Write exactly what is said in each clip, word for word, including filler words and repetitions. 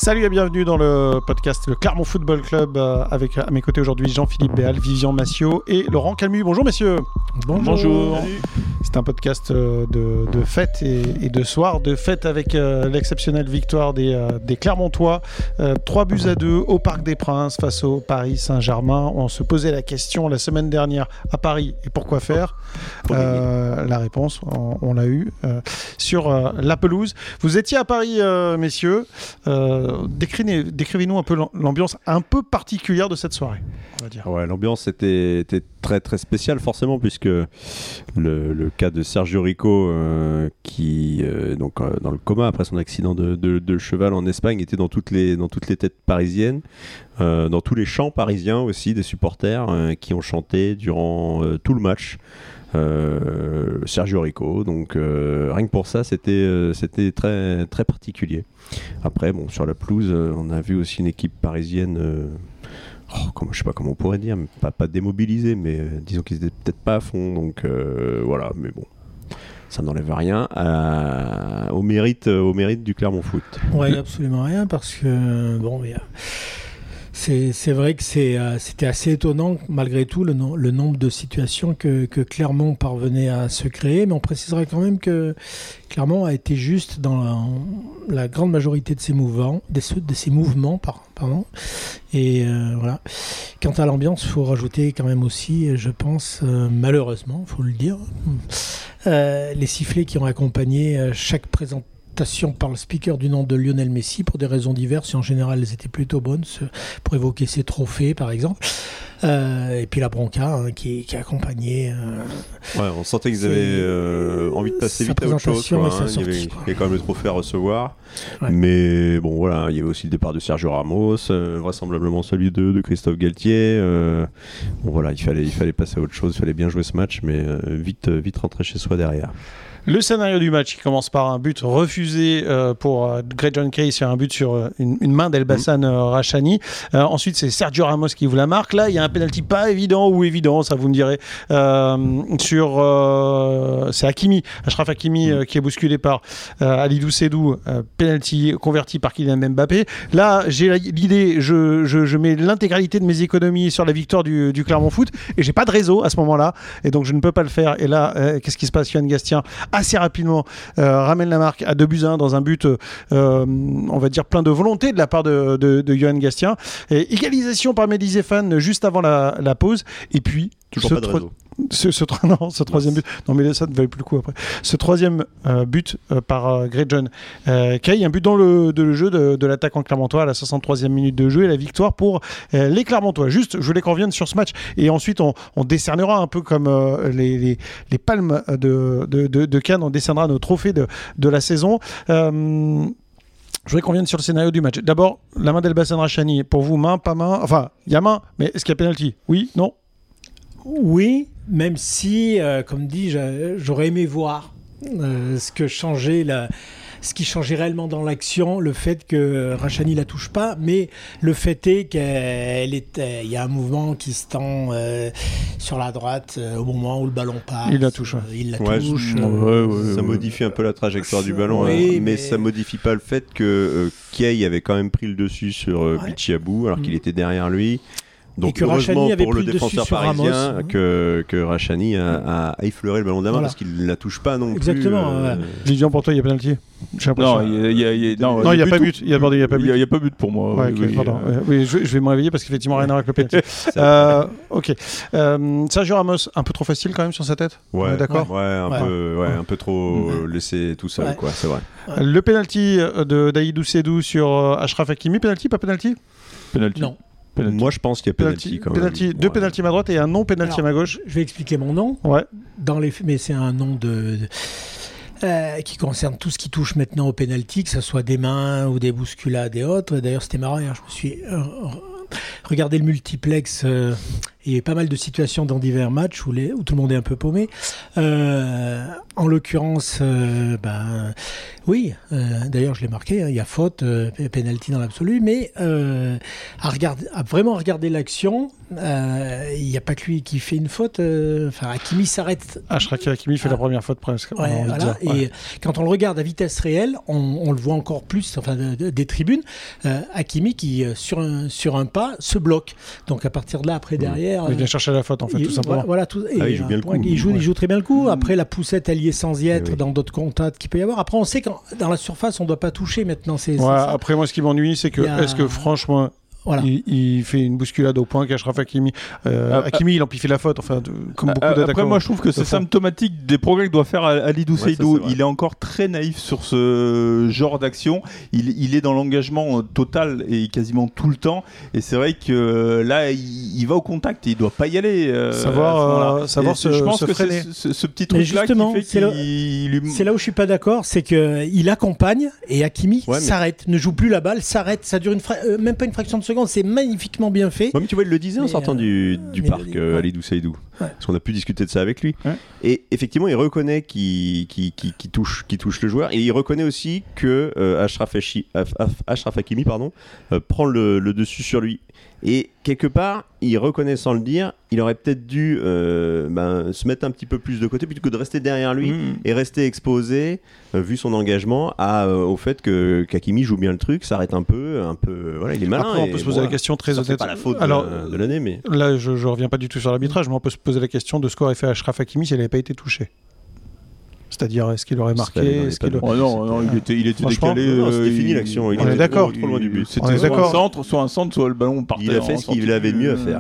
Salut et bienvenue dans le podcast Le Clermont Football Club euh, avec à mes côtés aujourd'hui Jean-Philippe Béal, Vivian Massiot et Laurent Calmu. Bonjour messieurs. Bonjour. Bonjour. C'est un podcast euh, de, de fête et, et de soir. De fête avec euh, l'exceptionnelle victoire des, euh, des Clermontois. Euh, trois buts à deux au Parc des Princes face au Paris Saint-Germain. On se posait la question la semaine dernière à Paris et pourquoi faire euh, La réponse, on, on l'a eu euh, sur euh, la pelouse. Vous étiez à Paris, euh, messieurs. Euh, Décrivez, décrivez-nous un peu l'ambiance un peu particulière de cette soirée, on va dire. Ouais, l'ambiance était, était très très spéciale forcément, puisque le, le cas de Sergio Rico euh, qui euh, donc euh, dans le coma après son accident de, de, de cheval en Espagne était dans toutes les dans toutes les têtes parisiennes, euh, dans tous les chants parisiens aussi des supporters euh, qui ont chanté durant euh, tout le match. Euh, Sergio Rico, donc euh, rien que pour ça c'était, euh, c'était très, très particulier. Après bon, sur la pelouse euh, on a vu aussi une équipe parisienne euh, oh, comment, je sais pas comment on pourrait dire, mais pas, pas démobilisée, mais euh, disons qu'ils étaient peut-être pas à fond, donc euh, voilà, mais bon, ça n'enlève rien à, au, mérite, au mérite du Clermont Foot. Ouais, absolument rien, parce que bon, il y a... C'est, c'est vrai que c'est, euh, c'était assez étonnant, malgré tout, le, no- le nombre de situations que, que Clermont parvenait à se créer. Mais on précisera quand même que Clermont a été juste dans la, la grande majorité de ses mouvements, des, de ses mouvements pardon. Et euh, voilà. Quant à l'ambiance, il faut rajouter quand même aussi, je pense, euh, malheureusement, il faut le dire, euh, les sifflets qui ont accompagné euh, chaque présentation par le speaker du nom de Lionel Messi pour des raisons diverses, et en général elles étaient plutôt bonnes pour évoquer ses trophées par exemple, euh, et puis la bronca hein, qui, qui accompagnait euh, ouais, on sentait qu'ils avaient euh, envie de passer vite à autre chose quoi, hein. sortie, il, y avait, quoi. il y avait quand même le trophée à recevoir, ouais. Mais bon voilà, il y avait aussi le départ de Sergio Ramos, euh, vraisemblablement celui de, de Christophe Galtier, euh, bon voilà, il fallait, il fallait passer à autre chose, il fallait bien jouer ce match, mais euh, vite, vite rentrer chez soi derrière. Le scénario du match qui commence par un but refusé euh, pour euh, Greg John Case sur un but sur euh, une, une main d'Elbassan euh, Rachani. Euh, ensuite, c'est Sergio Ramos qui vous la marque. Là, il y a un penalty pas évident ou évident, ça vous me direz. Euh, sur, euh, c'est Hakimi, Achraf Hakimi euh, qui est bousculé par euh, Alidou Sedou, euh, penalty converti par Kylian Mbappé. Là, j'ai l'idée, je, je, je mets l'intégralité de mes économies sur la victoire du, du Clermont Foot et j'ai pas de réseau à ce moment-là et donc je ne peux pas le faire. Et là, euh, qu'est-ce qui se passe? Yohan Gastien assez rapidement euh, ramène la marque à deux buts à un dans un but euh, on va dire plein de volonté de la part de, de, de Yohan Gastien, et égalisation par Mehdi Zéphane juste avant la, la pause, et puis toujours ce pas de réseau. Ce, ce, non, ce troisième but, non mais ça ne valait plus le coup après. Ce troisième euh, but euh, par euh, Greg John euh, Kay, un but dans le, de, le jeu de, de l'attaquant clermontois à la soixante-troisième minute de jeu, et la victoire pour euh, les Clermontois. Juste, je voulais qu'on revienne sur ce match et ensuite on, on décernera un peu comme euh, les, les, les palmes de, de, de, de Cannes, on décernera nos trophées de, de la saison. Euh, Je voudrais qu'on vienne sur le scénario du match. D'abord, la main d'Elbassan Rachani, pour vous, main, pas main, enfin, il y a main, mais est-ce qu'il y a pénalty? Oui, non? Oui, même si, euh, comme dit, j'aurais aimé voir euh, ce que changeait la... ce qui changeait réellement dans l'action, le fait que Rachani la touche pas, mais le fait est qu'il est, y a un mouvement qui se tend euh, sur la droite euh, au moment où le ballon passe. Il la touche. Euh, il la Ouais, touche. je... euh, ouais, ouais, ça ouais. modifie un peu la trajectoire du ballon, oui, hein, mais, mais ça modifie pas le fait que euh, Kay avait quand même pris le dessus sur euh, ouais. Bichiabou alors mmh. qu'il était derrière lui. Donc, et que Rachani avait pour pris le le défenseur parisien Ramos, que, que Rachani a, a, a effleuré le ballon d'avant, voilà. Parce qu'il ne la touche pas non Exactement, plus. Euh... Vivian, pour toi, il y a pénalty? Non, il n'y a, y a, non, non, y a pas but. Il n'y a, y a pas but. Il n'y a pas but pour moi. Ouais, oui, okay, oui, pardon. euh... oui, je, je vais me réveiller parce qu'effectivement, rien à voir avec le pénalty. euh, ok. Euh, Sergio Ramos, un peu trop facile quand même sur sa tête? Ouais, on est d'accord? Ouais, un, ouais. Peu, ouais, un peu trop ouais. laissé tout seul, ouais. quoi, c'est vrai. Ouais. Le pénalty de d'Aïdou Sedou sur euh, Achraf Hakimi, pénalty, pas pénalty? Pénalty. Non. Penalty. Moi, je pense qu'il y a pénalty quand penalty, même. Deux ouais. pénalty à ma droite et un non pénalty à ma gauche. Je vais expliquer mon nom. Ouais. Dans les, mais c'est un nom de, de euh, qui concerne tout ce qui touche maintenant au pénalty, que ce soit des mains ou des bousculades et autres. D'ailleurs, c'était marrant. Hier, je me suis euh, regardé le multiplex euh, il y a eu pas mal de situations dans divers matchs où, les, où tout le monde est un peu paumé. Euh, en l'occurrence, euh, ben, oui, euh, d'ailleurs je l'ai marqué, hein, il y a faute, euh, penalty dans l'absolu, mais euh, à, regarder, à vraiment regarder l'action, euh, il n'y a pas que lui qui fait une faute. Euh, enfin, Hakimi s'arrête. Achraf Hakimi fait ah. la première faute presque. Ouais, voilà, et ouais. Quand on le regarde à vitesse réelle, on, on le voit encore plus, enfin, de, de, des tribunes. Euh, Hakimi qui sur un, sur un pas se bloque. Donc à partir de là, après derrière, mmh. il vient chercher la faute en fait, il, tout simplement. Voilà, tout, et ah, il joue bien le coup. Il joue, ouais. il joue très bien le coup. Après la poussette, elle y est sans y être oui. dans d'autres contacts qu'il peut y avoir. Après, on sait que dans la surface, on ne doit pas toucher maintenant. C'est, ouais, c'est après, moi, ce qui m'ennuie, c'est que a... est-ce que franchement. Voilà. Il, il fait une bousculade au point qu'Achraf Hakimi. Euh, ah, Hakimi, il amplifie la faute, enfin, de, comme beaucoup ah, d'attaquants. Après, moi, je trouve que c'est symptomatique des progrès que doit faire Halidou Seydou. Ouais, il est encore très naïf sur ce genre d'action. Il, il est dans l'engagement total et quasiment tout le temps. Et c'est vrai que là, il, il va au contact et il doit pas y aller. Euh, savoir, euh, savoir se, je pense se que freiner. c'est ce, ce petit truc-là qui fait c'est, qu'il, là, il... c'est là où je suis pas d'accord, c'est que il accompagne et Hakimi ouais, s'arrête, mais... ne joue plus la balle, s'arrête. Ça dure une fra... euh, même pas une fraction de seconde. C'est magnifique. Bien fait. Ouais, mais tu vois, il le disait en sortant euh, du, du parc, euh, Halidou Seydou. Ouais. Parce qu'on a pu discuter de ça avec lui. Ouais. Et effectivement, il reconnaît qu'il, qu'il, qu'il, qu'il, touche, qu'il touche le joueur. Et il reconnaît aussi que euh, Achraf, Hachi, Achraf Hakimi pardon, euh, prend le, le dessus sur lui. Et quelque part, il reconnaît sans le dire, il aurait peut-être dû euh, ben, se mettre un petit peu plus de côté plutôt que de rester derrière lui mmh. et rester exposé, euh, vu son engagement, à, euh, au fait que Hakimi joue bien le truc, s'arrête un peu, un peu, voilà, il est malin. Après, on peut se poser voilà, la question très honnête. C'est pas la faute Alors, de, de l'année, mais là, je, je reviens pas du tout sur l'arbitrage, mais on peut se poser la question de ce qu'aurait fait Achraf Hakimi s'il n'avait pas été touché. C'est-à-dire, est-ce qu'il aurait marqué est-ce qu'il... Oh non, non, il était, il était décalé. Non, c'était fini l'action. Il on est d'accord. Trop, trop loin du but. C'était soit un centre, soit un centre, soit le ballon partait. Il a fait ce qu'il avait mieux à faire.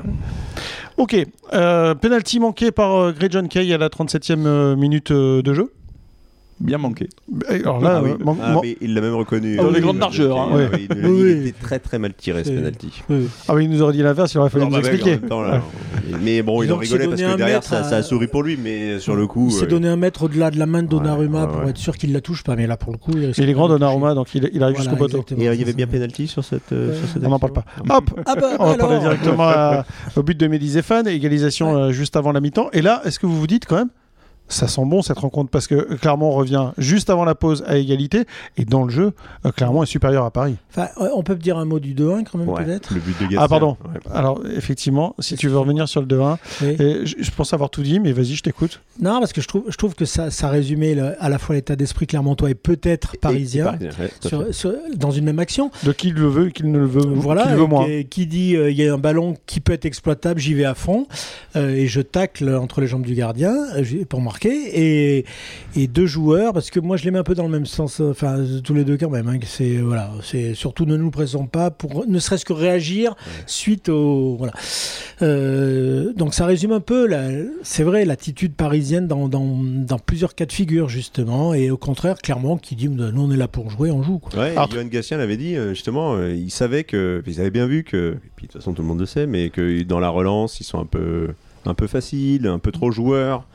Ok. Euh, penalty manqué par euh, Gray John Kay à la trente-septième euh, minute euh, de jeu. Bien manqué. Alors là, ah, oui. euh, man- ah, mais il l'a même reconnu. Dans euh, les grandes largeurs. Hein. Ouais. Ouais, il, oui. il était très très mal tiré ce penalty. Oui. Ah oui, il nous aurait dit l'inverse, il aurait fallu non, nous bah, expliquer. Temps, là, ouais. Mais bon, il en rigolait parce que derrière ça, à... ça a souri pour lui, mais sur le coup. Il s'est ouais. donné un mètre au-delà de la main de Donnarumma ouais, ouais, pour ouais. être sûr qu'il la touche pas, mais là pour le coup. Il, il est grand Donnarumma, donc il, il arrive voilà, jusqu'au poteau. Et il y avait bien penalty sur cette. Euh, sur cette on n'en parle pas. Hop, ah bah, on va alors... parler directement à, au but de Mehdi Zéphane, égalisation ouais. euh, juste avant la mi-temps. Et là, est-ce que vous vous dites quand même? Ça sent bon cette rencontre parce que Clermont revient juste avant la pause à égalité et dans le jeu, Clermont est supérieur à Paris. Enfin, on peut dire un mot du deux un quand même ouais, peut-être. Le but de Gatien. Ah pardon. Ouais. Alors effectivement, si tu veux revenir sur le deux un, oui. je, je pense avoir tout dit, mais vas-y, je t'écoute. Non, parce que je trouve, je trouve que ça, ça résumait le, à la fois l'état d'esprit clermontois et peut-être parisien, et, et parisien ouais, sur, sur, dans une même action. De qui le veut, qui ne le veut, voilà, qui le veut moins. Qui, qui dit il euh, y a un ballon qui peut être exploitable, j'y vais à fond euh, et je tacle entre les jambes du gardien pour marquer et et deux joueurs, parce que moi je les mets un peu dans le même sens, enfin tous les deux quand même, hein, c'est, voilà, c'est, surtout ne nous pressons pas pour ne serait-ce que réagir ouais. suite au... Voilà. Euh, donc ça résume un peu, la, c'est vrai, l'attitude parisienne dans, dans, dans plusieurs cas de figure justement, et au contraire Clermont qui dit nous on est là pour jouer, on joue. Quoi. Ouais, alors, Johan Gatien l'avait dit justement, euh, il savait que, ils avaient bien vu que, et puis de toute façon tout le monde le sait, mais que dans la relance ils sont un peu, un peu faciles, un peu trop joueurs.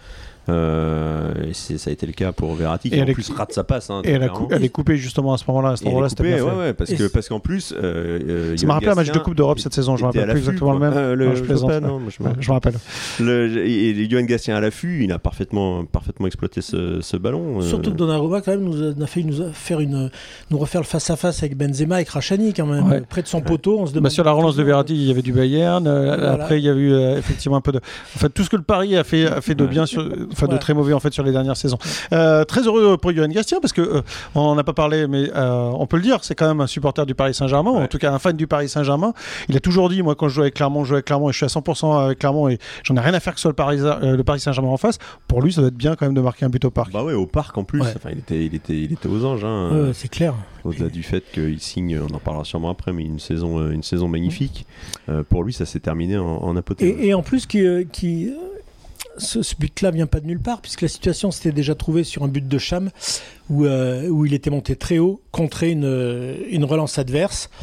Euh, et c'est, ça a été le cas pour Verratti qui et en plus cou- rate sa passe. Hein, et elle, cou- elle est coupée justement à ce moment-là. À ce moment-là, c'était bien fait. Ouais, ouais, parce, que, parce qu'en plus. Euh, ça m'a rappelé un match de Coupe d'Europe cette saison. Je me rappelle plus exactement le même. Euh, le, non, je plaisante. Pas, non, moi, je, ouais, je me rappelle. Le, et, et Johan Gatien à l'affût, il a parfaitement, parfaitement exploité ce, ce ballon. Surtout que Donnarumma quand même nous a, a fait nous a faire une, nous refaire le face à face avec Benzema et Krachani quand même ouais. près de son poteau. On se demande. Bah, sur la relance de Verratti, il y avait du Bayern. Voilà. Après, il y a eu effectivement un peu de. En fait, tout ce que le Paris a fait, a fait de bien, enfin de très mauvais en fait sur les dernières saisons. Euh, très heureux pour Johan Gatien parce que euh, on n'a pas parlé, mais euh, on peut le dire, c'est quand même un supporter du Paris Saint-Germain, ouais. en tout cas un fan du Paris Saint-Germain. Il a toujours dit, moi quand je joue avec Clermont, je joue avec Clermont et je suis à cent pour cent avec Clermont et j'en ai rien à faire que ce soit le Paris, euh, le Paris Saint-Germain en face. Pour lui, ça doit être bien quand même de marquer un but au Parc. Bah ouais, au Parc en plus. Ouais. Enfin, il était, il était, il était aux anges. Hein, ouais, c'est clair. Au-delà du fait qu'il signe, on en parlera sûrement après, mais une saison, une saison magnifique. Euh, pour lui, ça s'est terminé en, en apothéose. Et, et en plus, qui, qui ce, ce but-là vient pas de nulle part, puisque la situation s'était déjà trouvée sur un but de Cham, où, euh, où il était monté très haut, contré une, une relance adverse.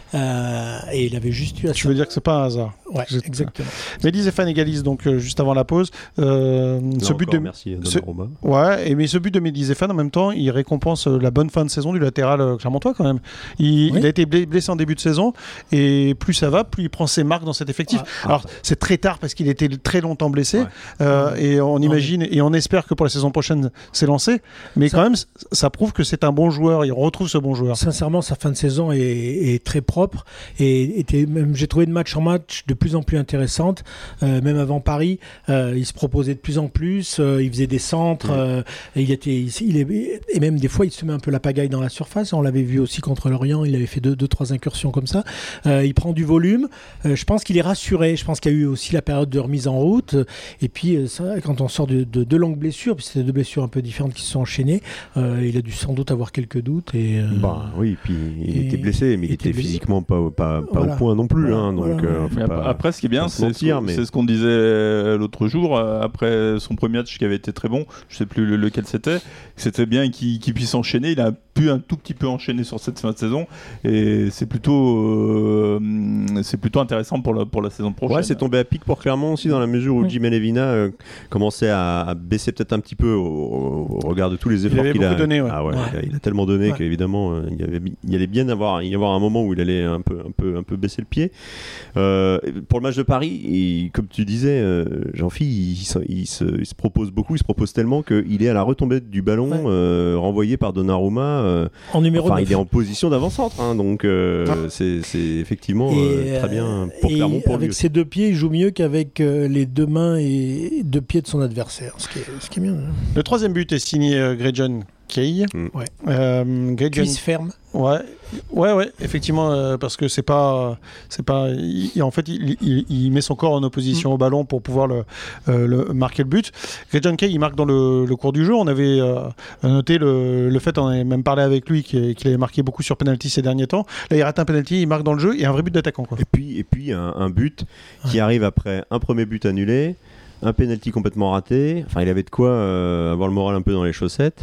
Euh, et il avait juste eu à Tu veux dire que c'est pas un hasard. Ouais, Exactement. exactement. Mehdi Zéphane égalise donc euh, juste avant la pause. Euh, Là ce but encore, de merci ce- Donnarumma. Ouais, et mais ce but de Mehdi Zéphane en même temps, il récompense euh, la bonne fin de saison du latéral euh, clermontois quand même. Il, Oui. il a été blé- blessé en début de saison et plus ça va, plus il prend ses marques dans cet effectif. Ah, Alors c'est très tard parce qu'il était très longtemps blessé Ouais. euh, et on imagine et on espère que pour la saison prochaine c'est lancé. Mais Ça- quand même, c- ça prouve que c'est un bon joueur. Il retrouve ce bon joueur. Sincèrement, sa fin de saison est, est très propre et était même, j'ai trouvé de match en match de plus en plus intéressante. Euh, même avant Paris, euh, il se proposait de plus en plus. euh, il faisait des centres. Mm. euh, et il était, il, il est, et même des fois, il se met un peu la pagaille dans la surface. On l'avait vu aussi contre Lorient. Il avait fait deux, deux trois incursions comme ça. Euh, il prend du volume. Euh, je pense qu'il est rassuré. Je pense qu'il y a eu aussi la période de remise en route. Et puis, euh, ça, quand on sort de deux de, de longues blessures, puis c'était deux blessures un peu différentes qui se sont enchaînées, euh, il a dû sans doute avoir quelques doutes. Et, euh, Bah oui, puis il et- était blessé, mais il il était était blessé. physiquement pas, pas, pas Voilà. au point non plus. Voilà, hein, donc, voilà. euh, faut Mais pas- ap- après, ce qui est bien, pas se c'est ce mentir, qu'on mais- c'est ce qu'on disait euh, l'autre jour, euh, après son premier match qui avait été très bon, je sais plus le- lequel c'était, c'était bien qu'il qu'il puisse enchaîner, il a pu un tout petit peu enchaîner sur cette fin de saison, et c'est plutôt, euh, c'est plutôt intéressant pour la, pour la saison prochaine. Ouais, c'est tombé à pic pour Clermont aussi, dans la mesure où Oui. Jimmy Levina euh, commençait à, à baisser peut-être un petit peu au, au regard de tous les efforts avait qu'il a. beaucoup donné, ouais. Ah ouais, Ouais. Il, a, il a tellement donné Ouais. qu'évidemment, euh, il, y avait, il y allait bien avoir, y avoir un moment où il allait un peu, un peu, un peu baisser le pied. Euh, pour le match de Paris, il- comme tu disais, euh, Jean-Philippe, il, se- il se, il se propose beaucoup, il se propose tellement qu'il est à la retombée du ballon, Ouais. euh, renvoyé par Donnarumma. euh, en numéro Enfin, neuf. il est en position d'avant-centre, hein, donc euh, c'est c'est effectivement Et, euh, très bien pour et Clermont pour lui avec aussi. ses deux pieds, il joue mieux qu'avec euh, les deux mains et deux pieds de son adversaire, ce qui est, ce qui est bien. Le troisième but est signé euh, Greg-John Kay. Mm. Ouais. Euh, Greg-John- Cuisse ferme. Ouais, ouais, ouais, effectivement, euh, parce que c'est pas, c'est pas, il- il- en fait, il, il- il met son corps en opposition au ballon pour pouvoir le, euh, le marquer le but. Greg-John Kay, il marque dans le, le cours du jeu. On avait euh, noté le, le fait, on avait même parlé avec lui qu'il qu'il avait marqué beaucoup sur penalty ces derniers temps. Là, il rate un penalty, il marque dans le jeu et un vrai but d'attaquant, quoi. Et puis, et puis un, un but qui arrive après un premier but annulé, un penalty complètement raté. Enfin, il avait de quoi euh, avoir le moral un peu dans les chaussettes.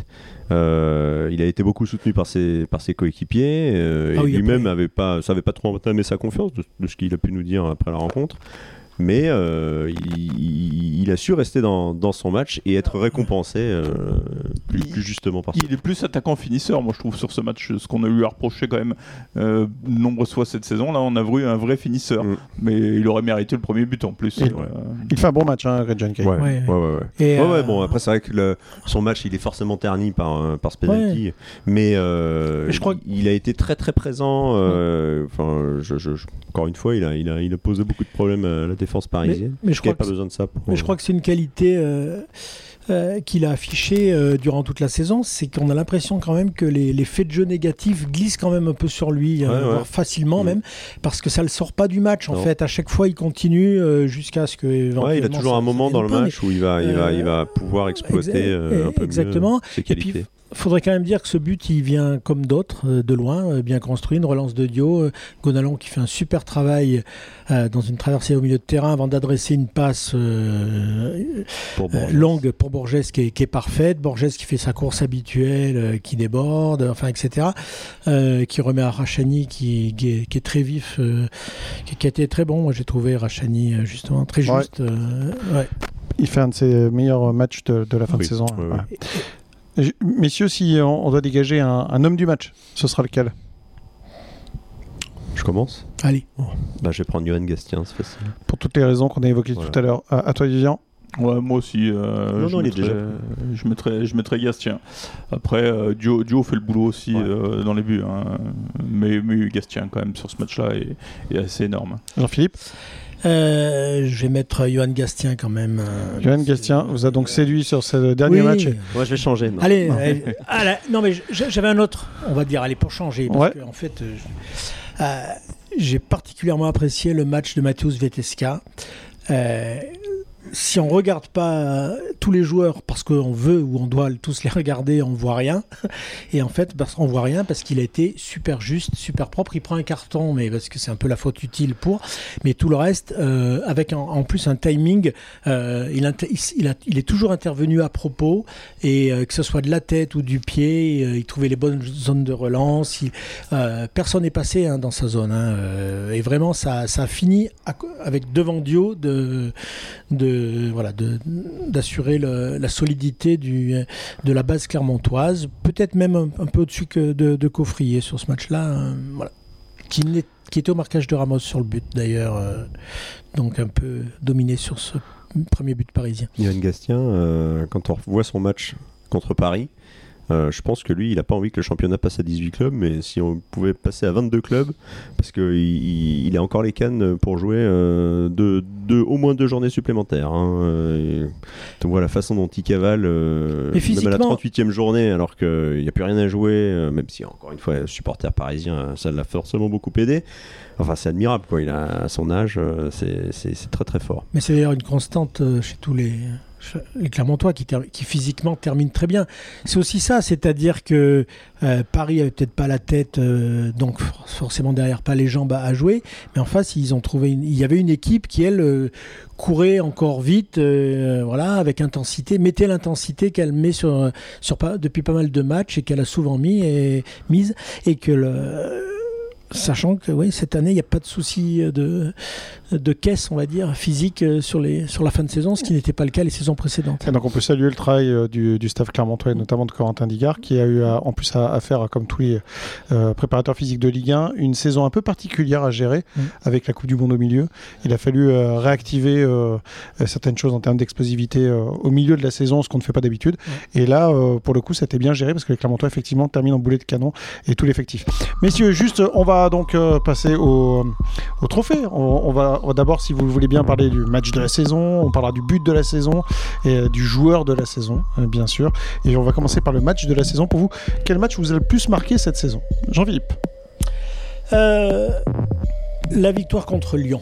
Euh, il a été beaucoup soutenu par ses, par ses coéquipiers. euh, Ah et oui, lui-même après- avait pas, savait pas trop entamer sa confiance de, de ce qu'il a pu nous dire après la rencontre. Mais euh, il, il a su rester dans, dans son match et être récompensé euh, plus, plus justement par ça. Il est plus attaquant finisseur, moi je trouve, sur ce match. Ce qu'on a eu à reprocher quand même euh, de nombreuses fois cette saison, là on a vu un vrai finisseur. Mm. Mais il aurait mérité le premier but en plus. Et- Euh, Il fait un bon match, hein, Greg-John Kay. Ouais, Ouais, ouais, ouais, ouais. Et, Ouais, ouais, euh, bon, après, c'est vrai que le- son match, il est forcément terni par, euh, par ce penalty, mais euh, Mais je crois il, il a été très très présent. euh, Enfin, je, je- je- encore une fois, il a, il, a, il a posé beaucoup de problèmes à la défense parisienne. mais je Il n'y crois avait pas que besoin de ça. Pour, Mais je crois que c'est une qualité euh, euh, qu'il a affichée euh, durant toute la saison, c'est qu'on a l'impression quand même que les, les faits de jeu négatifs glissent quand même un peu sur lui, euh, Ouais, ouais. voire facilement Mm. même, parce que ça le sort pas du match en Non. fait. À chaque fois, il continue euh, jusqu'à ce que. Ouais, il a éventuellement, toujours ça- un moment ça dans le vienne pas, match où il va, il va, il va euh, pouvoir exploiter exa- euh, un peu exactement. mieux ses Et puis, qualités. Il faudrait quand même dire que ce but, il vient comme d'autres, euh, de loin, euh, bien construit, une relance de Dio. euh, Gonalon qui fait un super travail euh, dans une traversée au milieu de terrain avant d'adresser une passe euh, Pour euh, Borges. longue pour Borges qui est, qui est parfaite. Borges qui fait sa course habituelle, euh, qui déborde, enfin, et cetera. Euh, qui remet à Rachani qui, qui, est, qui est très vif, euh, qui, qui a été très bon. Moi, j'ai trouvé Rachani euh, justement très Ouais. juste. euh, ouais. Il fait un de ses meilleurs matchs de, de la fin Oui, de saison. ouais, ouais. Voilà. Je- Messieurs, si on, on doit dégager un, un homme du match, ce sera lequel? Je commence Allez. bah, Je vais prendre Johan Gastien, c'est facile. Pour toutes les raisons qu'on a évoquées Voilà. tout à l'heure. À, à toi, Vivian. Ouais, moi aussi, euh, Non, je, non, il est mettrais, déjà je, mettrais, je mettrais Gastien. Après, euh, Dio, Dio fait le boulot aussi Ouais. euh, dans les buts, hein. mais, mais Gastien quand même sur ce match-là est, est assez énorme. Jean-Philippe. Euh, je vais mettre Johan Gastien quand même. euh, Johan Gastien vous a donc séduit sur ce dernier oui. match. Moi, je vais changer. non. Allez, Non. allez. Ah, là, non mais j- j'avais un autre, on va dire, allez pour changer, parce Ouais. que en fait, euh, je- euh, j'ai particulièrement apprécié le match de Mateusz Wieteska. Euh, si on regarde pas tous les joueurs parce qu'on veut ou on doit tous les regarder, on voit rien. Et en fait, parce qu'on voit rien parce qu'il a été super juste, super propre. Il prend un carton, mais parce que c'est un peu la faute utile pour. Mais tout le reste, euh, avec en, en plus un timing, euh, il, inter- il, a, il est toujours intervenu à propos, et euh, que ce soit de la tête ou du pied, euh, il trouvait les bonnes zones de relance. Il, euh, personne n'est passé hein, dans sa zone. Hein, euh, et vraiment, ça, ça a fini à, avec devant Dio de, de, voilà, de, d'assurer le, la solidité du, de la base clermontoise. Peut-être même un, un peu au-dessus que de, de Coffrier sur ce match-là. Euh, voilà. Qui, qui était au marquage de Ramos sur le but d'ailleurs. Euh, donc un peu dominé sur ce premier but parisien. Yann Gastien, euh, quand on voit son match contre Paris, Euh, je pense que lui, il n'a pas envie que le championnat passe à dix-huit clubs, mais si on pouvait passer à vingt-deux clubs, parce qu'il il, il a encore les cannes pour jouer euh, deux, deux, au moins deux journées supplémentaires. Hein. On voit la façon dont il cavale, euh, même à la trente-huitième journée, alors qu'il n'y a plus rien à jouer, euh, même si, encore une fois, supporter parisien, ça l'a forcément beaucoup aidé. Enfin, c'est admirable, quoi. Il a, à son âge, c'est, c'est, c'est très très fort. Mais c'est d'ailleurs une constante chez tous les... les Clermontois qui, ter- qui physiquement terminent très bien. C'est aussi ça, c'est-à-dire que euh, Paris avait peut-être pas la tête, euh, donc for- forcément derrière pas les jambes à, à jouer, mais en face ils ont trouvé, une... il y avait une équipe qui elle euh, courait encore vite, euh, voilà, avec intensité, mettait l'intensité qu'elle met sur, sur pas, depuis pas mal de matchs et qu'elle a souvent mis et mise, et que le sachant que oui, cette année, il n'y a pas de souci de, de caisse, on va dire, physique sur, les, sur la fin de saison, ce qui n'était pas le cas les saisons précédentes. Et donc on peut saluer le travail euh, du, du staff clermontois, et notamment de Corentin Digard, qui a eu à, en plus à, à faire, comme tous les euh, préparateurs physiques de Ligue un, une saison un peu particulière à gérer, mmh. avec la Coupe du Monde au milieu. Il a fallu euh, réactiver euh, certaines choses en termes d'explosivité euh, au milieu de la saison, ce qu'on ne fait pas d'habitude. Mmh. Et là, euh, pour le coup, c'était bien géré, parce que les Clermontois, effectivement, terminent en boulet de canon et tout l'effectif. Messieurs, juste, on va donc euh, passer au, au trophée. On, on, va, on va d'abord, si vous voulez bien, parler du match de la saison, on parlera du but de la saison et euh, du joueur de la saison, euh, bien sûr. Et on va commencer par le match de la saison. Pour vous, quel match vous a le plus marqué cette saison ? Jean-Philippe. euh, La victoire contre Lyon.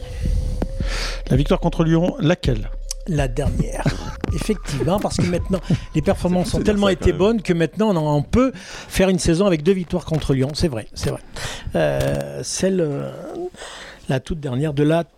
La victoire contre Lyon, laquelle ? La dernière, effectivement, parce que maintenant les performances ont tellement été bonnes que maintenant on, en, on peut faire une saison avec deux victoires contre Lyon. C'est vrai, c'est vrai. Euh, celle, euh, la toute dernière de la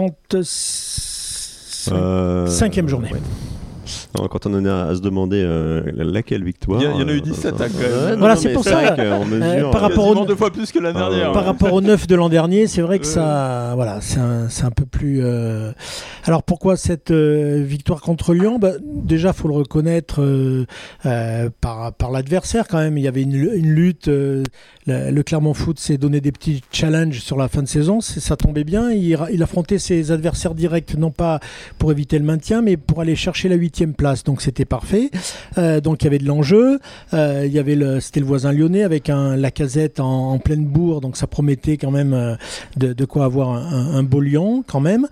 trente-cinquième euh, journée. Ouais. Non, quand on en est à, à se demander euh, laquelle victoire, il y, y en a eu dix-sept euh, hein, quand même. Euh, voilà, c'est pour c'est ça. Mesure, euh, par rapport au deux fois plus que l'année dernière. Par rapport au neuf de l'an dernier, c'est vrai que euh... ça, voilà, c'est un, c'est un peu plus. Euh... Alors pourquoi cette euh, victoire contre Lyon ? Bah, déjà, faut le reconnaître euh, euh, par par l'adversaire quand même. Il y avait une, une lutte. Euh, le, le Clermont Foot s'est donné des petits challenges sur la fin de saison. C'est, ça tombait bien. Il, il affrontait ses adversaires directs, non pas pour éviter le maintien, mais pour aller chercher la huitième place. Donc c'était parfait. Euh, donc il y avait de l'enjeu. Euh, il y avait le, c'était le voisin lyonnais avec un Lacazette en, en pleine bourre. Donc ça promettait quand même euh, de, de quoi avoir un, un beau Lyon quand même.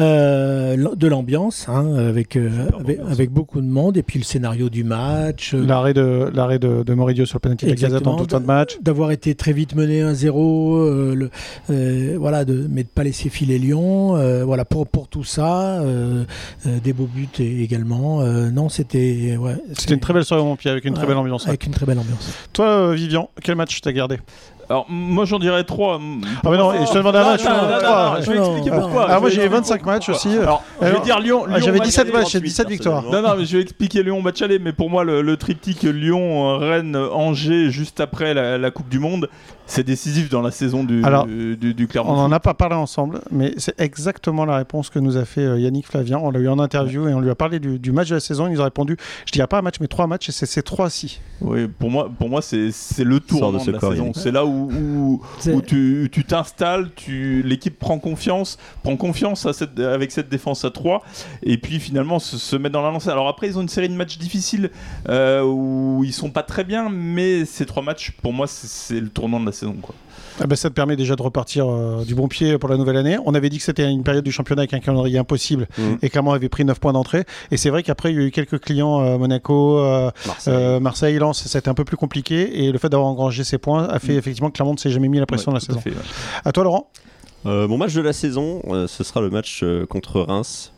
Euh, de l'ambiance, hein, avec, euh, avec, avec beaucoup de monde. Et puis le scénario du match. L'arrêt de, l'arrêt de, de Moridio sur le penalty de Lacazette en toute fin de match. D'avoir été très vite mené un zéro. Euh, le, euh, voilà, de, mais de ne pas laisser filer Lyon. Euh, voilà, pour, pour tout ça. Euh, euh, des beaux buts également. Euh, non, c'était. Ouais, c'était c'est... une très belle soirée au Montpied avec une ouais, très belle ambiance. Avec ouais. une très belle ambiance. Toi, Vivian, quel match t'as gardé ? Alors, moi j'en dirais trois. Ah, mais non, et je te demande un match. Non, non, non, non, je vais expliquer pourquoi. Alors, moi j'ai vingt-cinq matchs aussi. Alors, je vais dire Lyon. Ah, j'avais dix-sept matchs, j'ai dix-sept victoires. Non, non, mais je vais expliquer Lyon match aller. Mais pour moi, le, le triptyque Lyon, Rennes, Angers, juste après la, la Coupe du Monde, c'est décisif dans la saison du, Alors, du, du, du Clermont. On n'en a pas parlé ensemble, mais c'est exactement la réponse que nous a fait Yannick Flavien. On l'a eu en interview et on lui a parlé du, du match de la saison. Il nous a répondu, je dirais pas un match, mais trois matchs, et c'est ces trois-ci. Oui, pour moi, pour moi c'est, c'est le tournant de, de la corps, saison. C'est là où, où, où tu, tu t'installes, tu, l'équipe prend confiance, prend confiance à cette, avec cette défense à trois, et puis finalement se, se met dans la lancée. Alors après, ils ont une série de matchs difficiles euh, où ils sont pas très bien, mais ces trois matchs, pour moi, c'est, c'est le tournant de la saison, quoi. Ah ben ça te permet déjà de repartir euh, du bon pied pour la nouvelle année. On avait dit que c'était une période du championnat avec un calendrier impossible mmh. et Clermont avait pris neuf points d'entrée. Et c'est vrai qu'après, il y a eu quelques clients, euh, Monaco, euh, Marseille. Euh, Marseille, Lens, c'était un peu plus compliqué. Et le fait d'avoir engrangé ces points a fait mmh. effectivement que Clermont ne s'est jamais mis la pression ouais, de la saison. Fait, ouais. À toi, Laurent ? Euh, mon match de la saison, euh, ce sera le match euh, contre Reims,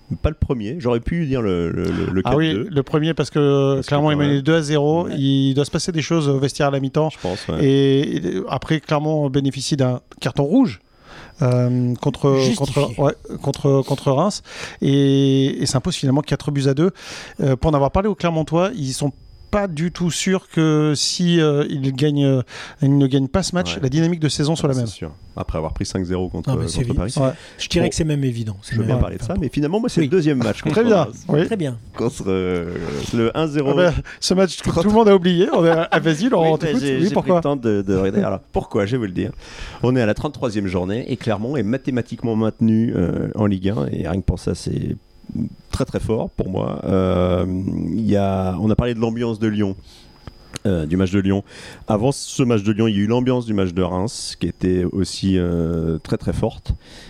Pas le premier, j'aurais pu dire le, le, le quatre deux. Ah oui, le premier parce que parce Clermont est mené deux à zéro, ouais. Il doit se passer des choses au vestiaire à la mi-temps. Je pense, ouais. Et après, Clermont bénéficie d'un carton rouge. Euh, contre, contre, ouais, contre, contre Reims et, et s'impose finalement quatre buts à deux. Euh, pour en avoir parlé aux Clermontois, ils sont pas du tout sûr que si euh, ils, gagnent, euh, ils ne gagnent pas ce match, ouais. la dynamique de saison soit ah, la même. Sûr. Après avoir pris cinq zéro contre, non, contre Paris. Ouais. Je dirais bon, que c'est même évident. Je veux bien parler de ça, mais finalement, moi, c'est oui. le deuxième match. Très bien. Oui. Très bien. Contre euh, le un zéro. Ah ben, ce match que tout le monde a oublié. On est à, à vas-y, Laurent, oui, bah, j'ai, oui, j'ai pourquoi pris le temps de, de regarder. Alors, pourquoi ? Je vais vous le dire. On est à la trente-troisième journée et Clermont est mathématiquement maintenu euh, en Ligue un. Et rien que pour ça, c'est très très fort pour moi. Euh, y a, on a parlé de l'ambiance de Lyon. Euh, du match de Lyon. Avant ce match de Lyon, il y a eu l'ambiance du match de Reims qui était aussi euh, très très forte.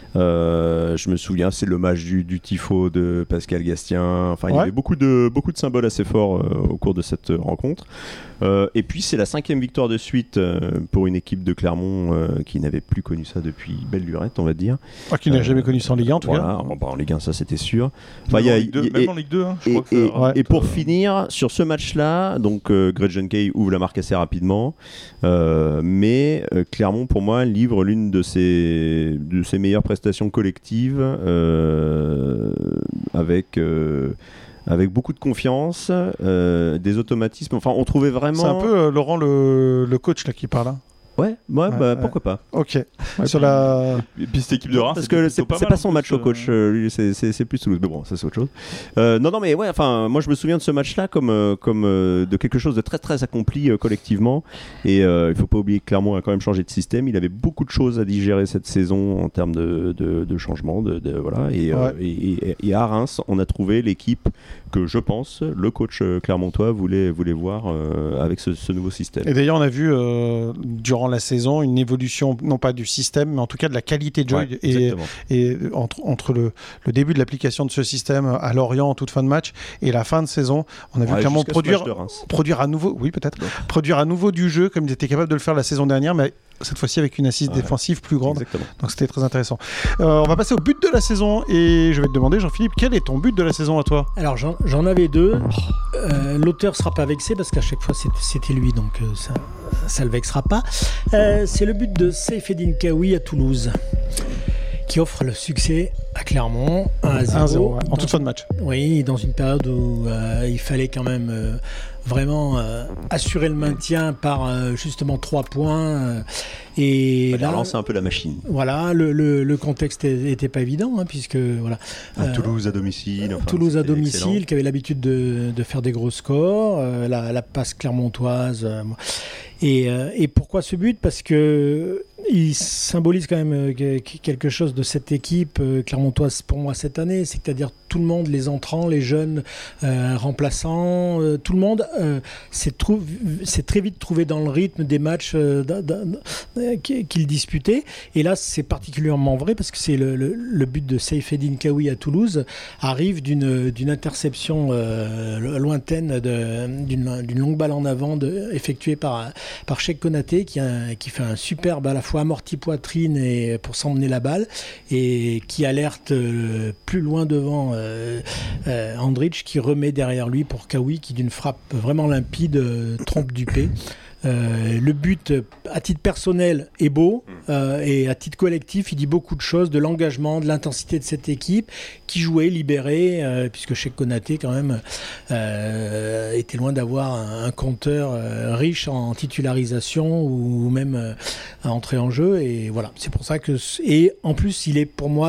Euh, je me souviens, c'est le match du, du tifo de Pascal Gastien. Enfin, il ouais. y avait beaucoup de, beaucoup de symboles assez forts euh, au cours de cette rencontre. Euh, et puis, c'est la cinquième victoire de suite euh, pour une équipe de Clermont euh, qui n'avait plus connu ça depuis belle lurette, on va dire. Ah, qui n'a euh, jamais connu ça en Ligue un, en tout voilà, cas. Bon, bah, en Ligue un, ça c'était sûr. Enfin, même, y a, en Ligue deux, et, même en Ligue deux, hein, je et, crois que et, ça ouais. et pour euh... finir, sur ce match-là, donc euh, Gretchen Kay ouvre la marque assez rapidement, euh, mais euh, Clermont, pour moi, livre l'une de ses, de ses meilleures prestations collectives. Euh, avec euh, avec beaucoup de confiance, euh, des automatismes. Enfin, on trouvait vraiment. C'est un peu euh, Laurent le, le coach là qui parle. Hein. Ouais, ouais, ouais, bah, ouais, pourquoi pas. Ok. Ouais, sur puis, la. Et puis cette équipe de Reims, parce que c'est pas, c'est pas son match au coach, euh, lui, c'est, c'est, c'est plus Toulouse. Mais bon, ça c'est autre chose. Euh, non, non, mais ouais, enfin, moi je me souviens de ce match-là comme euh, comme euh, de quelque chose de très très accompli euh, collectivement. Et euh, il faut pas oublier que Clermont a quand même changé de système. Il avait beaucoup de choses à digérer cette saison en termes de de, de changement, de, de voilà. Et, ouais. euh, et, et, et à Reims, on a trouvé l'équipe que je pense le coach clermontois voulait voulait voir euh, avec ce, ce nouveau système. Et d'ailleurs, on a vu euh, durant la saison une évolution, non pas du système, mais en tout cas de la qualité de jeu. Ouais, et, et entre, entre le, le début de l'application de ce système à Lorient en toute fin de match et la fin de saison, on a vu ouais, clairement produire, produire à nouveau, oui peut-être, ouais. produire à nouveau du jeu comme ils étaient capables de le faire la saison dernière, mais cette fois-ci avec une assise ouais. défensive plus grande. Exactement. Donc c'était très intéressant. Euh, on va passer au but de la saison et je vais te demander, Jean-Philippe, quel est ton but de la saison à toi ? Alors j'en, j'en avais deux. Euh, l'auteur ne sera pas vexé parce qu'à chaque fois c'était, c'était lui, donc euh, ça ne le vexera pas. Euh, c'est le but de Saifeddine Kaoui à Toulouse, qui offre le succès à Clermont, un à zéro. Ouais, en toute fin de match. Oui, dans une période où euh, il fallait quand même euh, vraiment euh, assurer le maintien par euh, justement trois points. Euh, et bah, là, relancer un peu la machine. Voilà, le, le, le contexte n'était pas évident, hein, puisque voilà. À euh, Toulouse à domicile. Enfin, Toulouse à domicile, excellent. Qui avait l'habitude de, de faire des gros scores, euh, la, la passe clermontoise. Euh, et, euh, et pourquoi ce but ? Parce que il symbolise quand même euh, quelque chose de cette équipe euh, clermontoise pour moi cette année, c'est-à-dire tout le monde, les entrants, les jeunes euh, remplaçants, euh, tout le monde euh, s'est, trou- s'est très vite trouvé dans le rythme des matchs euh, d- d- d- qu'il disputait. Et là, c'est particulièrement vrai parce que c'est le, le, le but de Saifeddine Kaoui à Toulouse arrive d'une, d'une interception euh, lointaine de, d'une, d'une longue balle en avant de, effectuée par, par Cheikh Konaté qui, a, qui fait un superbe à la fois amorti poitrine et pour s'emmener la balle et qui alerte euh, plus loin devant euh, euh, Andrich qui remet derrière lui pour Kaoui qui d'une frappe vraiment limpide euh, trompe Dupé. Euh, le but à titre personnel est beau euh, et à titre collectif il dit beaucoup de choses, de l'engagement, de l'intensité de cette équipe qui jouait libérée euh, puisque Cheikh Konaté quand même euh, était loin d'avoir un, un compteur euh, riche en titularisation ou, ou même euh, à entrer en jeu et voilà, c'est pour ça que et en plus il est pour moi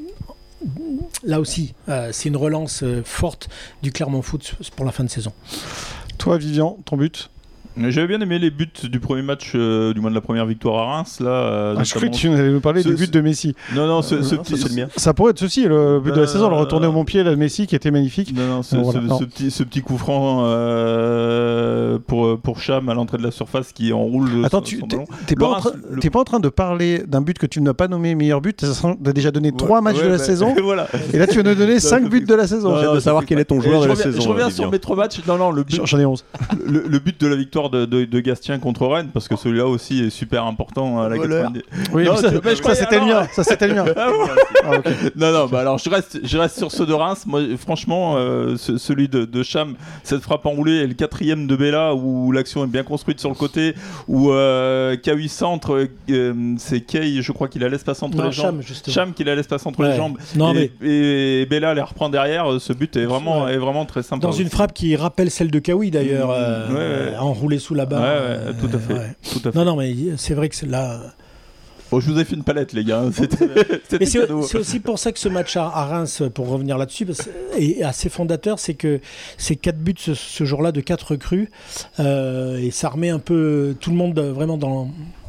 là aussi euh, c'est une relance euh, forte du Clermont Foot pour la fin de saison. Toi Vivian, ton but ? J'avais bien aimé les buts du premier match, euh, du moins de la première victoire à Reims. Là, euh, ah, je croyais que tu allais nous parler ce, du but de Messi. Non, non, ce, ce non, petit, ça, c'est le mien. Ça pourrait être ceci, le but non, de la saison, le retourner non, au Montpied, là, de Messi qui était magnifique. Non, non, ce, bon, voilà, ce, non. ce, petit, ce petit coup franc euh, pour, pour Cham à l'entrée de la surface qui enroule le Attends, son, tu son t'es, ballon. t'es, pas Reims, le... t'es pas en train de parler d'un but que tu n'as pas nommé meilleur but, tu as déjà donné ouais, trois matchs ouais, de la bah, saison, voilà. Et là tu viens de donner cinq buts de la saison. J'ai hâte de savoir quel est ton joueur de la saison. Je reviens sur mes trois matchs. Non, non, le but. J'en ai onze. Le but de la victoire victoire de, de, de Gastien contre Rennes, parce que celui-là aussi est super important à la quatre-vingt-dix. Oui, non, ça, tu, mais je crois que c'était le mien. Ça, c'était le mien. Ah, okay. Non, non, bah alors je reste, je reste sur ceux de Reims. Moi, franchement, euh, ce, celui de, de Cham, cette frappe enroulée, et le quatrième de Bella, où l'action est bien construite sur le côté, où euh, K huit centre, euh, c'est Kay, je crois qu'il a l'espace entre non, les Cham, jambes. justement. Cham qui a l'espace entre ouais. les jambes. Non, et, mais... et, et Bella les reprend derrière. Ce but est vraiment, ouais. est vraiment très sympa. Dans aussi. une frappe qui rappelle celle de Kawi d'ailleurs, mmh, euh, ouais, ouais. enroulée sous la barre. Ouais, ouais, euh, tout à fait. Ouais. Tout à fait. Non, non, mais c'est vrai que c'est là. Bon, je vous ai fait une palette, les gars. C'était, c'était c'est, cadeau. c'est aussi pour ça que ce match à, à Reims, pour revenir là-dessus, parce, est assez fondateur, c'est que c'est quatre buts ce, ce jour-là de quatre recrues, euh, et ça remet un peu tout le monde vraiment dans.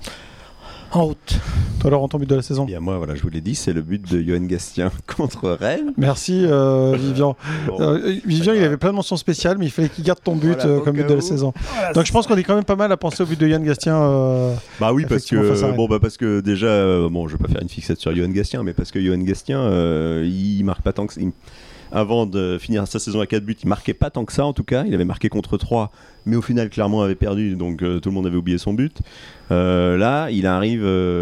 En route. Toi, Laurent, ton but de la saison? Bien, moi, voilà, je vous l'ai dit, c'est le but de Johan Gastien contre Rennes. Merci, euh, Vivian. Bon, euh, Vivian, il avait plein de mentions spéciales, mais il fallait qu'il garde ton but voilà, euh, comme but de la saison. Voilà, Donc, je pense qu'on est quand même pas mal à penser au but de Johan Gastien. Euh, bah oui, parce effectivement, face à que, Rennes. bon, bah parce que déjà, euh, bon, je vais pas faire une fixette sur Johan Gastien, mais parce que Johan Gastien, euh, il marque pas tant que il, avant de finir sa saison à quatre buts, il marquait pas tant que ça en tout cas. Il avait marqué contre trois, mais au final, Clermont avait perdu, donc euh, tout le monde avait oublié son but. Euh, là, il arrive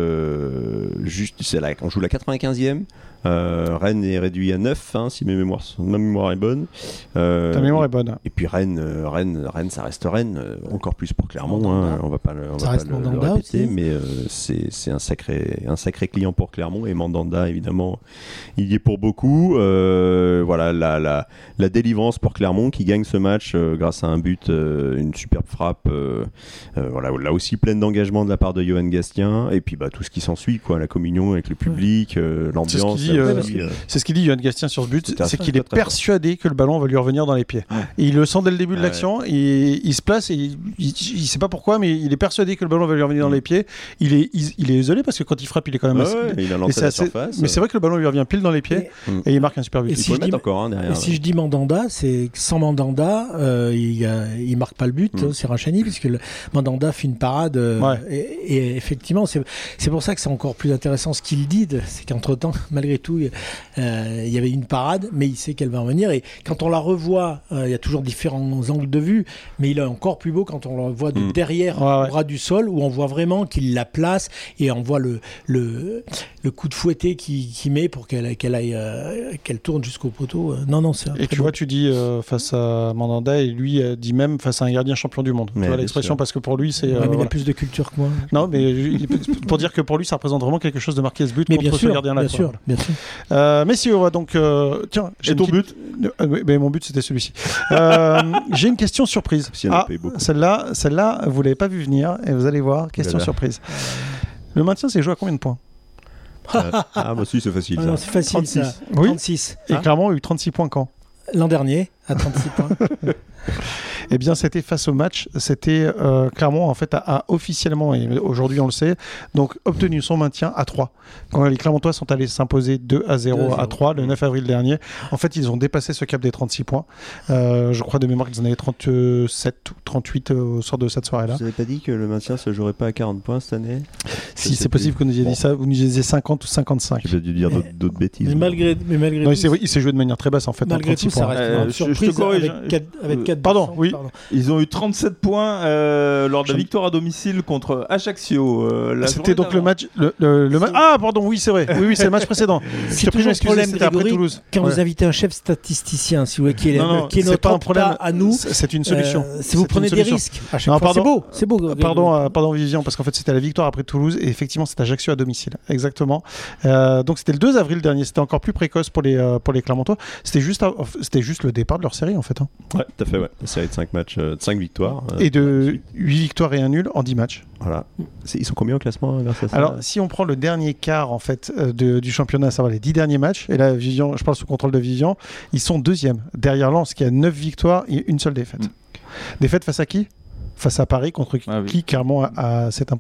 euh, juste, c'est là, on joue la quatre-vingt-quinzième. Euh, Rennes est réduit à neuf, hein, si mes mémoires, ma mémoire est bonne. Euh, Ta mémoire et, est bonne. Et puis Rennes, euh, Rennes, Rennes, ça reste Rennes, euh, encore plus pour Clermont. Hein, on va pas le, on ça va reste pas le, le Mandanda répéter, aussi. mais euh, c'est, c'est un sacré, un sacré client pour Clermont et Mandanda évidemment, il y est pour beaucoup. Euh, voilà la, la, la délivrance pour Clermont qui gagne ce match euh, grâce à un but, euh, une superbe frappe. Euh, euh, voilà, là aussi pleine d'engagement de la part de Johan Gastien et puis bah tout ce qui s'ensuit, quoi, la communion avec le public, euh, l'ambiance. C'est ce qu'il dit, euh, aussi, euh, C'est ce qu'il dit Johan Gastien sur ce but, C'était c'est très, qu'il est très, très persuadé que le ballon va lui revenir dans les pieds. Ouais. Et il le sent dès le début de Ouais. l'action, et il se place, et il, il, il sait pas pourquoi, mais il est persuadé que le ballon va lui revenir dans Mm. les pieds. Il est, il, il est isolé parce que quand il frappe, il est quand même ouais, assez... ouais, il a mais, lancé c'est la assez- surface. mais c'est vrai que le ballon lui revient pile dans les pieds, Mm. et il marque un super but. Et Il si faut je le mettre dis- encore hein, derrière. Et si je dis Mandanda, c'est que sans Mandanda, euh, il, y a- il marque pas le but, Mm. hein, c'est Rachani, puisque le, Mandanda fait une parade. euh, Ouais. et, et effectivement, c'est, c'est pour ça que c'est encore plus intéressant ce qu'il dit, de- c'est qu'entre-temps, malgré tout, euh, il y avait une parade, mais il sait qu'elle va revenir. Et quand on la revoit, euh, il y a toujours différents angles de vue, mais il est encore plus beau quand on le voit de Mm. derrière, Ouais, ouais. au ras du sol, où on voit vraiment qu'il la place et on voit le, le, le coup de fouetté qu'il, qu'il met pour qu'elle, qu'elle, aille, euh, qu'elle tourne jusqu'au poteau. Non, non, c'est un Et très tu beau. vois, tu dis euh, face à Mandanda, et lui euh, dit même face à un gardien champion du monde. Ouais, tu vois bien l'expression, sûr. parce que pour lui, c'est... Ouais, euh, mais il a voilà. plus de culture que moi. Non, mais il- pour dire que pour lui, ça représente vraiment quelque chose de marquer ce but Mais contre bien ce sûr, gardien-là. bien quoi. sûr, bien sûr. Euh, messieurs, on va donc... euh, tiens, j'ai Et une ton petite- Euh, oui, mais mon but, c'était celui-ci. Euh, j'ai une question surprise. Si elle en Ah, paye beaucoup. celle-là, celle-là, vous l'avez pas vu venir, et vous allez voir, question Oulala. surprise. Le maintien, c'est joué à combien de points? Euh, ah bah si, c'est facile. Ah ça. non, c'est facile trente-six. ça. Oui. trente-six. Et Hein clairement, il y a eu trente-six points quand? L'an dernier, à trente-six points. Eh bien, c'était face au match. C'était euh, Clermont, en fait, a, a officiellement, et aujourd'hui on le sait, donc obtenu son maintien à trois. Quand les Clermontois sont allés s'imposer deux à zéro deux à à zéro. trois le neuf avril dernier, en fait, ils ont dépassé ce cap des trente-six points. Euh, je crois de mémoire qu'ils en avaient trente-sept ou trente-huit au sort de cette soirée-là. Vous avez pas dit que le maintien se jouerait pas à quarante points cette année? Si Je c'est sais possible plus. que vous nous ayez Bon. dit ça, vous nous disiez cinquante ou cinquante-cinq. J'ai dû dire d'autres, d'autres bêtises. mais malgré, mais malgré Non, il tout, s'est, il s'est joué de manière très basse, en fait, en malgré trente-six tout, ça points. reste Euh, une je- je te surprise corrige. avec quatre, avec quatre Pardon, décembre, oui. Ils ont eu trente-sept points euh, lors de la Je- victoire à domicile contre Ajaccio. euh, la C'était journée donc le d'avant. match. Le, le- le ma- C'est- Ah, pardon, oui, c'est vrai. Oui, oui, c'est le match précédent. C'est Je te prie de toujours le m'excuser, problème, c'était après Grégory, Toulouse. quand Ouais. vous invitez un chef statisticien, si vous voulez, qui est, Non, non, qui est c'est notre pas un opta problème. à nous, C'est c'est une solution. euh, si C'est vous une prenez des solution. risques, à chaque Non, fois, pardon. c'est beau, c'est beau. Grégory. Pardon, euh, pardon Vivian, parce qu'en fait c'était la victoire après Toulouse et effectivement c'est Ajaccio à domicile, exactement. Euh, donc c'était le deux avril dernier, c'était encore plus précoce pour les euh, pour les Clermontois. C'était juste à- c'était juste le départ de leur série en fait. hein. Ouais, tout à fait, ouais. Une série de cinq matchs, euh, de cinq victoires. euh, Et de ensuite. huit victoires et un nul en dix matchs. Voilà. C'est- ils sont combien au classement hein, grâce à ça? Alors si on prend le dernier quart en fait euh, de- du championnat, à savoir les dix derniers matchs, et là Vivian, je parle sous contrôle de Vivian, ils sont deuxième derrière Lens qui a neuf victoires et une seule défaite. Mm. Défaite face à qui? Face à Paris, contre Ah oui. qui clairement a- a- s'est imposé.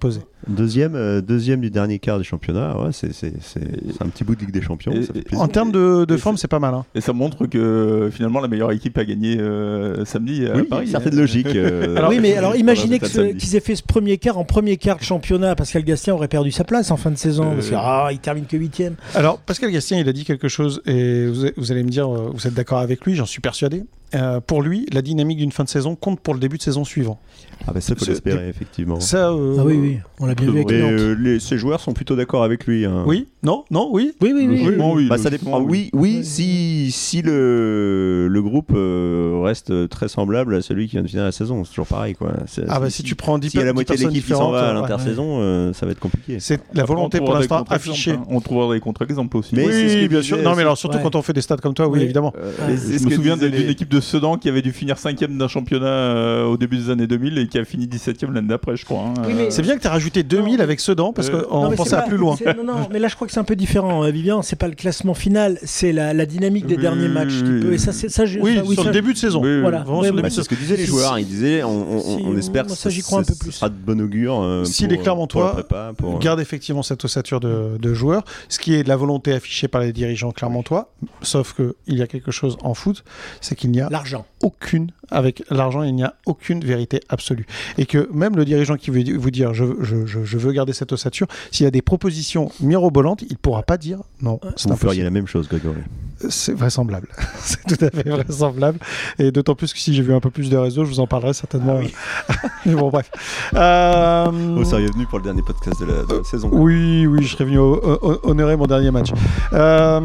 Deuxième, euh, deuxième du dernier quart du championnat, ouais, c'est, c'est, c'est, c'est un petit bout de Ligue des Champions. Et, ça fait et, plaisir. En termes de, de forme, c'est pas mal. Hein. Et ça montre que finalement la meilleure équipe a gagné euh, samedi à oui, Paris. il y a une certaine logique. Euh, Alors, oui, mais alors imaginez que que ce, qu'ils aient fait ce premier quart en premier quart de championnat. Pascal Gastien aurait perdu sa place en fin de saison. Euh... Parce que, ah, il termine que huitième. Alors, Pascal Gastien, il a dit quelque chose et vous, vous allez me dire, vous êtes d'accord avec lui, j'en suis persuadé. Euh, pour lui, la dynamique d'une fin de saison compte pour le début de saison suivant. Ah bah ça, faut l'espérer, effectivement. Ça, euh... Ah oui, oui, on l'a bien vu avec Mais Nantes. euh, les, ces joueurs sont plutôt d'accord avec lui. Hein. Oui, non, non, oui. Oui, oui, oui. Logiquement, oui. Bah, ça dépend. Oui, oui, oui, si, si le, le groupe euh, reste très semblable à celui qui vient de finir la saison, c'est toujours pareil. Quoi. C'est, Ah bah si, si tu prends dix si y a la moitié de personnes l'équipe qui s'en va à différentes, l'intersaison, ouais. euh, ça va être compliqué. C'est la Après, volonté on pour trouvera l'instant des contre-exemples, affichée. hein. On trouvera des contre-exemples aussi. Mais oui, c'est ce que bien je sûr. disais, Non, mais alors surtout ouais. quand on fait des stats comme toi, oui, Oui. évidemment. Euh, Ouais. c'est Je ce me que souviens disaient d'une les- équipe de Sedan qui avait dû finir cinquième d'un championnat euh, au début des années deux mille et qui a fini dix-septième l'année d'après, je crois. Hein. Oui, mais- C'est bien que tu as rajouté deux mille Non, avec Sedan parce euh, qu'on Non, mais pensait c'est à pas- plus loin. c'est- Non, non, mais là je crois que c'est un peu différent, euh, Vivian. C'est pas le classement final, c'est la, la dynamique des Oui, derniers oui, matchs. Qui oui, peut, oui. et ça, c'est, ça, je- Oui, ça, sur ça, le début de saison. Oui, oui. Vraiment Voilà. sur Ouais, le ouais. Bah, début c'est de ce que disaient les Si- joueurs. Ils disaient, on, on, si, on espère moi, que ça, j'y crois un peu ce plus. sera de bon augure. euh, Si pour, les euh, Clermontois pour la prépa, pour, euh, Garde effectivement cette ossature de, de joueurs, ce qui est de la volonté affichée par les dirigeants clermontois, sauf qu'il y a quelque chose en foot, c'est qu'il n'y a L'argent. aucune, avec l'argent, il n'y a aucune vérité absolue. Et que même le dirigeant qui veut vous dire je, je, je, je veux garder cette ossature, s'il y a des propositions mirobolantes, il ne pourra pas dire non, c'est vous feriez impossible. la même chose, Grégory. C'est vraisemblable. C'est tout à fait vraisemblable. Et d'autant plus que si j'ai vu un peu plus de réseaux, je vous en parlerai certainement. Ah oui. Mais bon, bref. Euh... Vous seriez venu pour le dernier podcast de la, de la saison. Oui, oui, je serais venu ho- ho- honorer mon dernier match. Euh,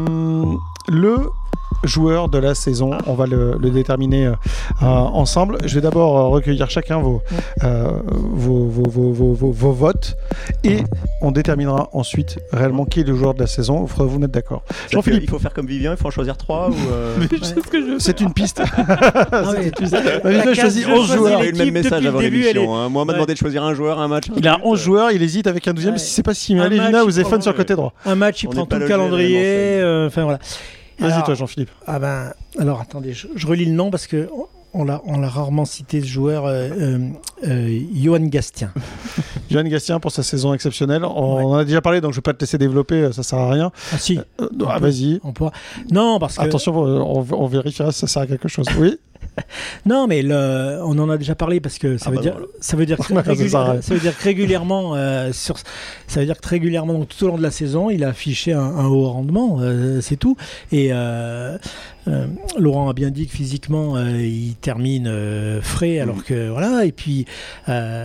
le joueur de la saison, on va le, le déterminer euh, euh, ensemble. Je vais d'abord euh, recueillir chacun vos, euh, vos, vos, vos, vos, vos, vos votes et on déterminera ensuite réellement qui est le joueur de la saison. Il faudra vous mettre d'accord. Jean-Philippe, Il faut faire comme Vivien, il faut en choisir trois ou euh... Mais je sais ce que je veux c'est une piste. Ah ouais. Vivien a choisi je onze choisis joueurs. J'ai eu le même l'équipe message depuis avant le début, elle l'émission. Hein. Moi, on m'a Ouais. demandé de choisir un joueur, un match. Il a onze joueurs, il hésite avec un douzième. Ouais. Si c'est pas si Un Alina match, ou il Zéphane prend- sur le côté droit. Un match, il On prend n'est pas tout le logé à la calendrier. même enseigne. euh, Enfin voilà. Vas-y Alors- toi Jean-Philippe. Ah ben, alors attendez, je, je relis le nom parce que on l'a, on l'a rarement cité ce joueur, euh, euh, euh, Johan Gastien. Johan Gastien pour sa saison exceptionnelle. On Ouais. en a déjà parlé donc je vais pas te laisser développer, ça sert à rien. Ah si, Euh, ah, vas-y. on pourra. Non, parce que Attention, on, on vérifiera si ça sert à quelque chose. Oui. non, mais le, on en a déjà parlé parce que ça Ah veut bah dire, non, ça veut dire, que Ouais, ça réguli- sert à rien. ça veut dire que régulièrement, euh, sur, ça veut dire que très régulièrement, donc tout au long de la saison, il a affiché un, un haut rendement, euh, c'est tout. Et euh, euh, Laurent a bien dit que physiquement, euh, il termine euh, frais, alors que voilà. Et puis. Euh,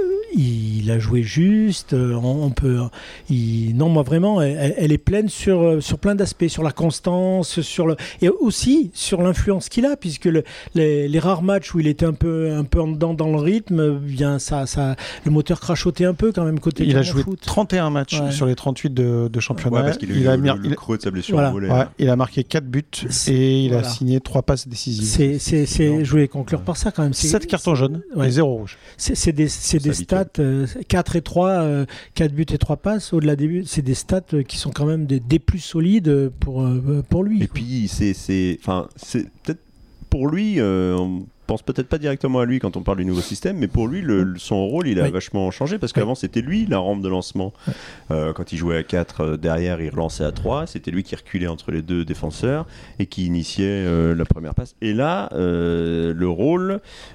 il a joué juste, euh, on, on peut. Il, non, moi vraiment, elle, elle est pleine sur, euh, sur plein d'aspects, sur la constance, sur le, et aussi sur l'influence qu'il a, puisque le, les, les rares matchs où il était un peu, un peu en dedans dans le rythme, bien ça, ça, le moteur crachotait un peu quand même côté. Il a Clermont joué Foot. trente et un matchs Ouais. sur les trente-huit de, de championnat. Ouais, parce qu'il a eu il, a le, mis- le, le il- creux de sa blessure Voilà. au volet. ouais, hein. il a marqué quatre buts C'est- et il voilà. a signé trois passes décisives. C'est, c'est, c'est, je voulais conclure par ça quand même. C'est, sept cartons jaunes Ouais. et zéro rouge. C'est, c'est des, c'est C'est des habituel. stats, euh, quatre et trois, euh, quatre buts et trois passes, au-delà des buts, c'est des stats euh, qui sont quand même des, des plus solides pour, euh, pour lui. Et puis, c'est, c'est, enfin, c'est peut-être pour lui, euh, on pense peut-être pas directement à lui quand on parle du nouveau système, mais pour lui, le, le- son rôle, il a Oui. vachement changé parce Oui. qu'avant, c'était lui la rampe de lancement. Euh, quand il jouait à quatre euh, derrière, il relançait à trois. C'était lui qui reculait entre les deux défenseurs et qui initiait euh, la première passe. Et là, euh, le rôle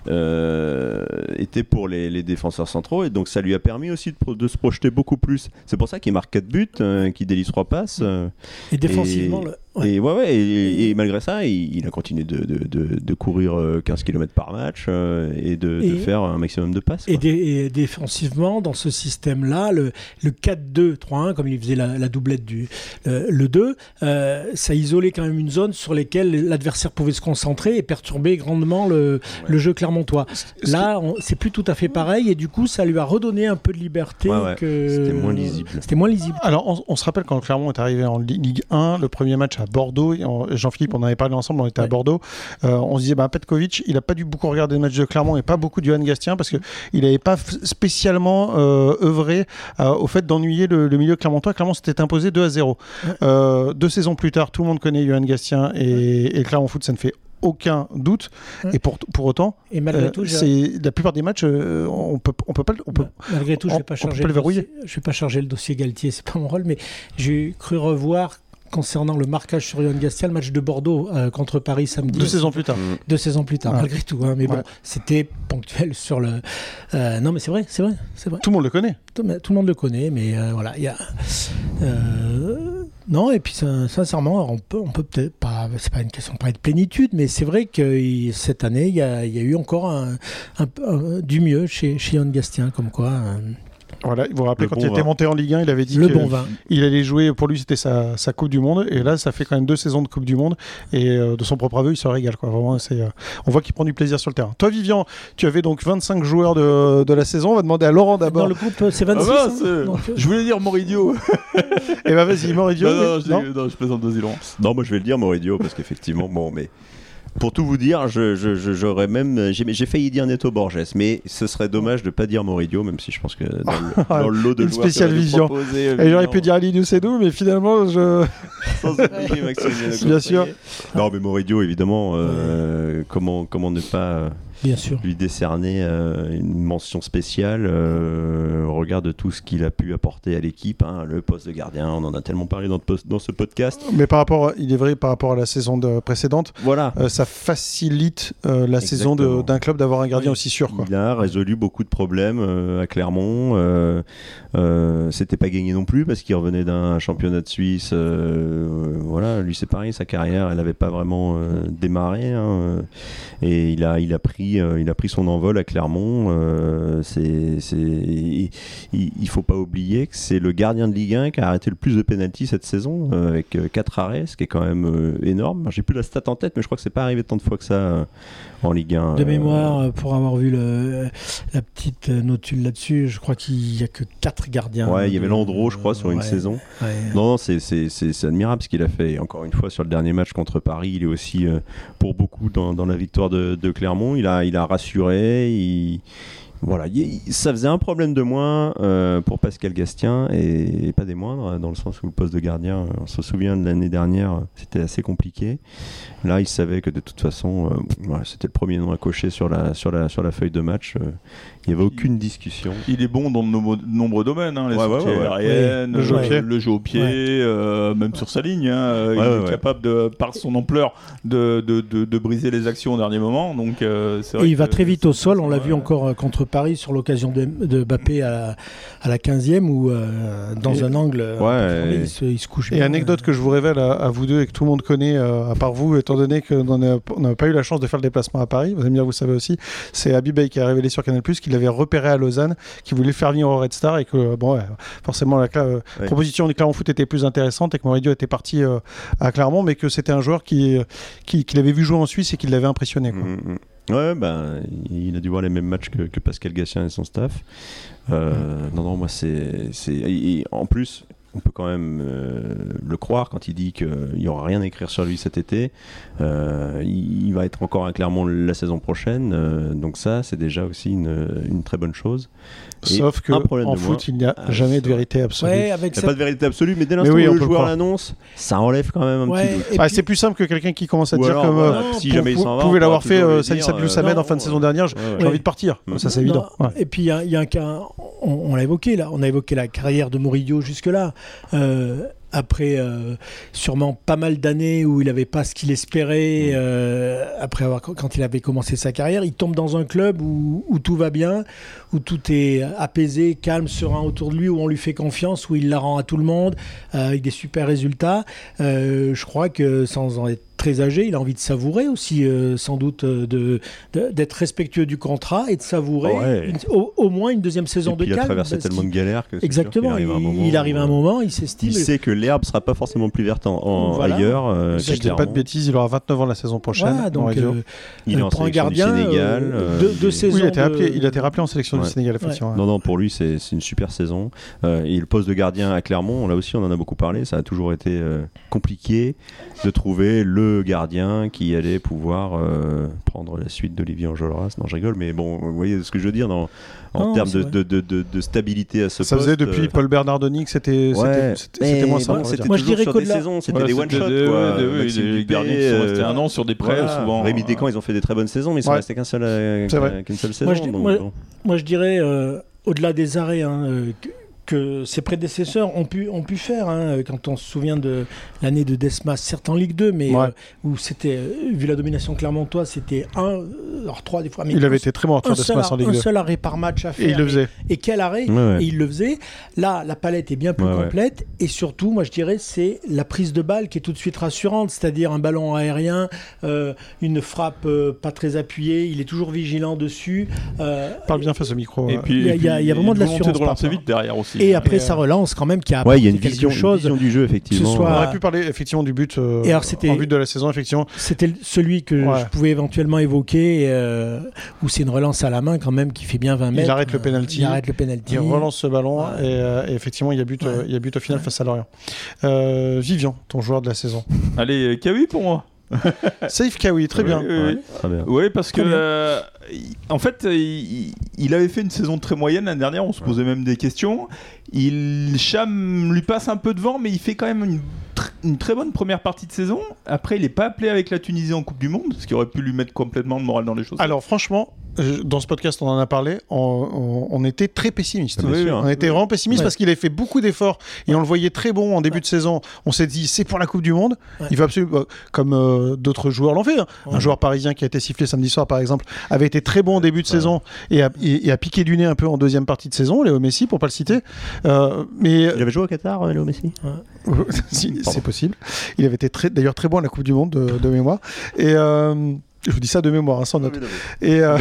euh, était pour les, les défenseurs centraux et donc ça lui a permis aussi de, pro- de se projeter beaucoup plus. C'est pour ça qu'il marque quatre buts, euh, qu'il délivre trois passes. euh, Et défensivement, Et- le- ouais. Et ouais, ouais, et, et malgré ça, il, il a continué de, de, de, de courir euh, quinze kilomètres par match euh, et, de, de Et- faire un maximum de passes. Et, quoi. dé- et défensivement, dans ce système-là, le, le quatre deux trois un, comme il faisait la, la doublette du euh, le deux, euh, ça isolait quand même une zone sur laquelle l'adversaire pouvait se concentrer et perturber grandement le, le jeu clermontois. Là, on- c'est plus tout à fait pareil et du coup, ça lui a redonné un peu de liberté. Ouais, ouais. que C'était moins lisible. C'était moins lisible. Alors, on, on se rappelle quand Clermont est arrivé en Li- Ligue un, le premier match à Bordeaux, et on- Jean-Philippe, on en avait parlé ensemble, on était à Ouais. Bordeaux, euh, on se disait, bah, Petkovic, il n'a pas dû beaucoup regarder le match de Clermont et pas beaucoup de Johan Gastien parce qu'il n'avait pas f- spécialement euh, œuvré euh, au fait d'ennuyer le, le milieu clermontois. Clermont s'était imposé deux à zéro. Ouais. Euh, deux saisons plus tard, tout le monde connaît Johan Gastien et, et Clermont Foot, ça ne fait aucun doute. Ouais. Et pour, pour autant, Et malgré euh, tout, j'ai- c'est, la plupart des matchs, euh, on peut, on peut pas, le- on peut, malgré tout, je on- vais pas on peut charger pas le le verrouiller. dossier. Je vais pas charger le dossier Galtier, c'est pas mon rôle, mais j'ai cru revoir concernant le marquage sur Yohan Gastia, le match de Bordeaux euh, contre Paris samedi. deux saisons plus tard. Deux saisons plus tard, Ouais. malgré tout. Hein, mais bon, Ouais. c'était ponctuel sur le. Euh, non, mais c'est vrai, c'est vrai, c'est vrai. Tout le monde le connaît. Tout, mais tout le monde le connaît, mais euh, voilà, il y a. euh, non, et puis sin- sincèrement, on peut, on peut peut-être pas. C'est pas une question de parler de plénitude, mais c'est vrai que il- cette année, il y a, il y a eu encore un, un- un- du mieux chez, chez Yohan Gastien, comme quoi. euh, Voilà, vous vous rappelez, Le quand bon il était vin. monté en Ligue un, il avait dit le que bon vin. il allait jouer, pour lui c'était sa, sa Coupe du Monde, et là ça fait quand même deux saisons de Coupe du Monde, et euh, de son propre aveu il se régale, quoi. Vraiment, c'est, euh, on voit qu'il prend du plaisir sur le terrain. Toi Vivian, tu avais donc vingt-cinq joueurs de, de la saison, on va demander à Laurent Dans d'abord. le groupe, c'est Ah vingt-six. bah, hein c'est- Donc, euh, je voulais dire Moridio. Et bah vas-y, Moridio. non, non, oui, je, non non, je plaisante, vas-y Laurent. Non, moi je vais le dire, Moridio, parce qu'effectivement, bon, mais pour tout vous dire, je, je- je- j'aurais même, j'ai, j'ai failli dire Neto Borges, mais ce serait dommage de pas dire Moridio, même si je pense que dans le, dans le lot de Une joueurs spéciale que j'aurais vision. proposé, Et j'aurais évidemment, pu dire Alidou Sedou, mais finalement je... sans oublier Maximilien Bien Courtois. sûr. Non, mais Moridio, évidemment, euh, comment, comment ne pas euh, Bien sûr. lui décerner euh, une mention spéciale euh, au regard de tout ce qu'il a pu apporter à l'équipe, hein, le poste de gardien, on en a tellement parlé dans, le- dans ce podcast. Mais par rapport, il est vrai, par rapport à la saison de- précédente, Voilà. euh, ça facilite euh, la saison de- Exactement. d'un club d'avoir un gardien Oui. aussi sûr, quoi. Il a résolu beaucoup de problèmes euh, à Clermont. Euh, euh, c'était pas gagné non plus parce qu'il revenait d'un championnat de Suisse. euh, euh, voilà, lui c'est pareil, sa carrière, elle n'avait pas vraiment euh, démarré. Hein, euh, et il a, il a pris, euh, il a pris son envol à Clermont. Euh, c'est, c'est, il, il faut pas oublier que c'est le gardien de Ligue un qui a arrêté le plus de pénaltys cette saison euh, avec quatre arrêts, ce qui est quand même euh, énorme. J'ai plus la stat en tête, mais je crois que c'est pas arrivé tant de fois que ça euh, en Ligue un. De euh, mémoire, euh, pour avoir vu le, la petite euh, notule là-dessus, je crois qu'il n'y a que quatre gardiens. Ouais, il y avait de- Landreau, je crois, sur une ouais, saison. ouais. Non, non, c'est, c'est, c'est, c'est admirable ce qu'il a fait. Et encore une fois, sur le dernier match contre Paris, il est aussi, euh, pour beaucoup, dans, dans la victoire de, de Clermont. Il a, il a rassuré. Il, voilà, il- ça faisait un problème de moins euh, pour Pascal Gastien, et, et pas des moindres, dans le sens où le poste de gardien, on se souvient de l'année dernière, c'était assez compliqué. Là, il savait que de toute façon, euh, voilà, c'était le premier nom à cocher sur la, sur la, sur la feuille de match. Euh, il n'y avait aucune discussion. Il est bon dans de nombreux, nombreux domaines, hein, les Ouais, ouais, sorties ouais, ouais. aériennes, Oui, le jeu au pied. le jeu au pied, Ouais. euh, même sur sa ligne. Hein, il Ouais, est ouais, ouais. capable, de, par son ampleur, de, de, de, de briser les actions au dernier moment. Donc, euh, c'est vrai Et il va que très vite au c'est- sol, on l'a ouais. vu encore euh, contre Paris sur l'occasion de, de Mbappé à, à la quinzième où euh, dans Et- un angle euh, Ouais, un peu fermé, et- il, se, il se couche Et bien. anecdote que je vous révèle à, à vous deux et que tout le monde connaît, euh, à part vous, étant donné qu'on n'a on n'a pas eu la chance de faire le déplacement à Paris, vous allez me dire, vous savez aussi, c'est Habib Bey qui a révélé sur Canal+, qu'il avait repéré à Lausanne, qu'il voulait faire venir au Red Star et que, bon, ouais, forcément, la cla- Ouais. proposition du Clermont Foot était plus intéressante et que Moridio était parti euh, à Clermont, mais que c'était un joueur qui, qui, qu'il avait vu jouer en Suisse et qui l'avait impressionné, quoi. Mm, mm. Ouais, ben, il a dû voir les mêmes matchs que, que Pascal Gastien et son staff. Euh, Non, non, moi, c'est. c'est... et- et en plus, on peut quand même euh, le croire quand il dit qu'il n'y aura rien à écrire sur lui cet été. Euh, il, il va être encore à Clermont la saison prochaine. euh, donc, ça, c'est déjà aussi une, une très bonne chose. Et Sauf que un problème en de foot, moins. il n'y a Ah, jamais de c'est vérité absolue. Ouais, avec Il n'y a cette- pas de vérité absolue, mais dès l'instant oui, où on le peut le joueur croire. l'annonce, ça enlève quand même un Ouais, petit doute. et Ah, puis- c'est plus simple que quelqu'un qui commence à Ou dire alors, comme voilà, euh, si vous- jamais il vous s'en va, pouvez on l'avoir pourra fait toujours euh, lui Salut dire, Salut euh, Samed non, en fin de saison dernière, j'ai Ouais, j'ai ouais. envie de partir. Mm. Ça c'est Non, évident. Ouais. Et puis il y a, il y a un cas, on, on l'a évoqué là, on a évoqué la carrière de Murillo jusque-là. Euh, après euh, sûrement pas mal d'années où il n'avait pas ce qu'il espérait, euh, après avoir, quand il avait commencé sa carrière, il tombe dans un club où, où tout va bien, où tout est apaisé, calme, serein autour de lui, où on lui fait confiance, où il la rend à tout le monde, euh, avec des super résultats. Euh, je crois que sans en être très âgé, il a envie de savourer aussi, euh, sans doute, euh, de, de- d'être respectueux du contrat et de savourer Ouais. une- au, au moins une deuxième saison Et puis, de il a calme. traversé parce tellement de qu'il- galères que c'est sûr Exactement, qu'il arrive à un il, moment il arrive à un où, moment, il s'estime. il sait que l'herbe sera pas forcément plus verte en, en- Voilà. ailleurs. euh, Si je qu'à dis pas de Clermont. bêtises, il aura vingt-neuf ans la saison prochaine. Voilà, donc Moridio. euh, Il est euh, en pour un sélection gardien, du Sénégal. euh, euh, deux- il- deux saisons Oui, il a été, de- appelé, il a été rappelé en sélection Ouais. du Sénégal, effectivement. ouais. Non, non, pour lui, c'est c'est une super saison. Euh, et le poste de gardien à Clermont, là aussi, on en a beaucoup parlé. Ça a toujours été euh, compliqué de trouver le le gardien qui allait pouvoir euh, prendre la suite d'Olivier Enjolras. Non, je rigole, mais bon, vous voyez ce que je veux dire dans, en non, termes de, de, de, de, de stabilité à ce ça poste. Ça faisait depuis euh... Paul Bernardoni que c'était, ouais, c'était, c'était moins simple. C'était moi, toujours je dirais sur des la... saisons, c'était ouais, des one-shots. Les gardiens qui sont restés un an sur des prêts, voilà. souvent. Rémi Descamps, ils ont fait des très bonnes saisons, mais ils sont ouais. restés qu'un seul, euh, qu'une seule saison. Moi, je, donc, moi, bon. moi, je dirais, euh, au-delà des arrêts, hein, euh, que, que ses prédécesseurs ont pu, ont pu faire, hein, quand on se souvient de l'année de Desmas, certes en Ligue deux, mais ouais. euh, où c'était, vu la domination clermontoise, c'était un, alors trois des fois. Mais il avait été très bon Arthur Desmas en Ligue deux. Un seul arrêt par match à faire. Et il le faisait. Et, et quel arrêt, ouais, ouais. Et il le faisait. Là, la palette est bien plus ouais, complète. Ouais. Et surtout, moi je dirais, c'est la prise de balle qui est tout de suite rassurante, c'est-à-dire un ballon aérien, euh, une frappe euh, pas très appuyée, il est toujours vigilant dessus. Euh, Parle bien face au micro. Et puis, il y a, et puis, y a, y a vraiment de l'assurance. de relancer vite derrière aussi. Et après, et ça euh... relance quand même qui a apporté ouais, il y a une quelque vision, chose. Une vision du jeu, effectivement. Soit... On aurait pu parler effectivement du but euh, et alors, c'était... en but de la saison, effectivement. C'était celui que ouais. je pouvais éventuellement évoquer, euh, où c'est une relance à la main quand même qui fait bien vingt mètres. Il arrête le penalty. Il arrête le penalty. Il relance ce ballon ouais. et, euh, et effectivement il y a but, ouais. euh, il y a but au final ouais. face à Lorient. Euh, Vivian, ton joueur de la saison. Allez, Kawi pour moi. Safe Kawi, très oui, bien. Oui, ouais, très bien. Oui, parce très que euh, en fait, il, il avait fait une saison très moyenne l'année dernière. On se posait ouais. même des questions. Il Cham lui passe un peu devant, mais il fait quand même une, tr- une très bonne première partie de saison. Après, il n'est pas appelé avec la Tunisie en Coupe du Monde, ce qui aurait pu lui mettre complètement le moral dans les choses. Alors franchement, dans ce podcast, on en a parlé, on, on, on était très pessimiste. Oui, oui, on était vraiment pessimiste ouais. parce qu'il avait fait beaucoup d'efforts et ouais. on le voyait très bon en début ouais. de saison. On s'est dit, c'est pour la Coupe du Monde. Ouais. Il va absolument, comme euh, d'autres joueurs l'ont fait. Hein. Ouais. Un joueur parisien qui a été sifflé samedi soir, par exemple, avait été très bon en début de ouais. saison et a, et, et a piqué du nez un peu en deuxième partie de saison, Léo Messi, pour pas le citer. Euh, mais il avait joué au Qatar, Léo Messi. Ouais. si, c'est possible. Il avait été très, d'ailleurs très bon à la Coupe du Monde de, de mémoire. Et euh, je vous dis ça de mémoire, hein, sans note. Et euh,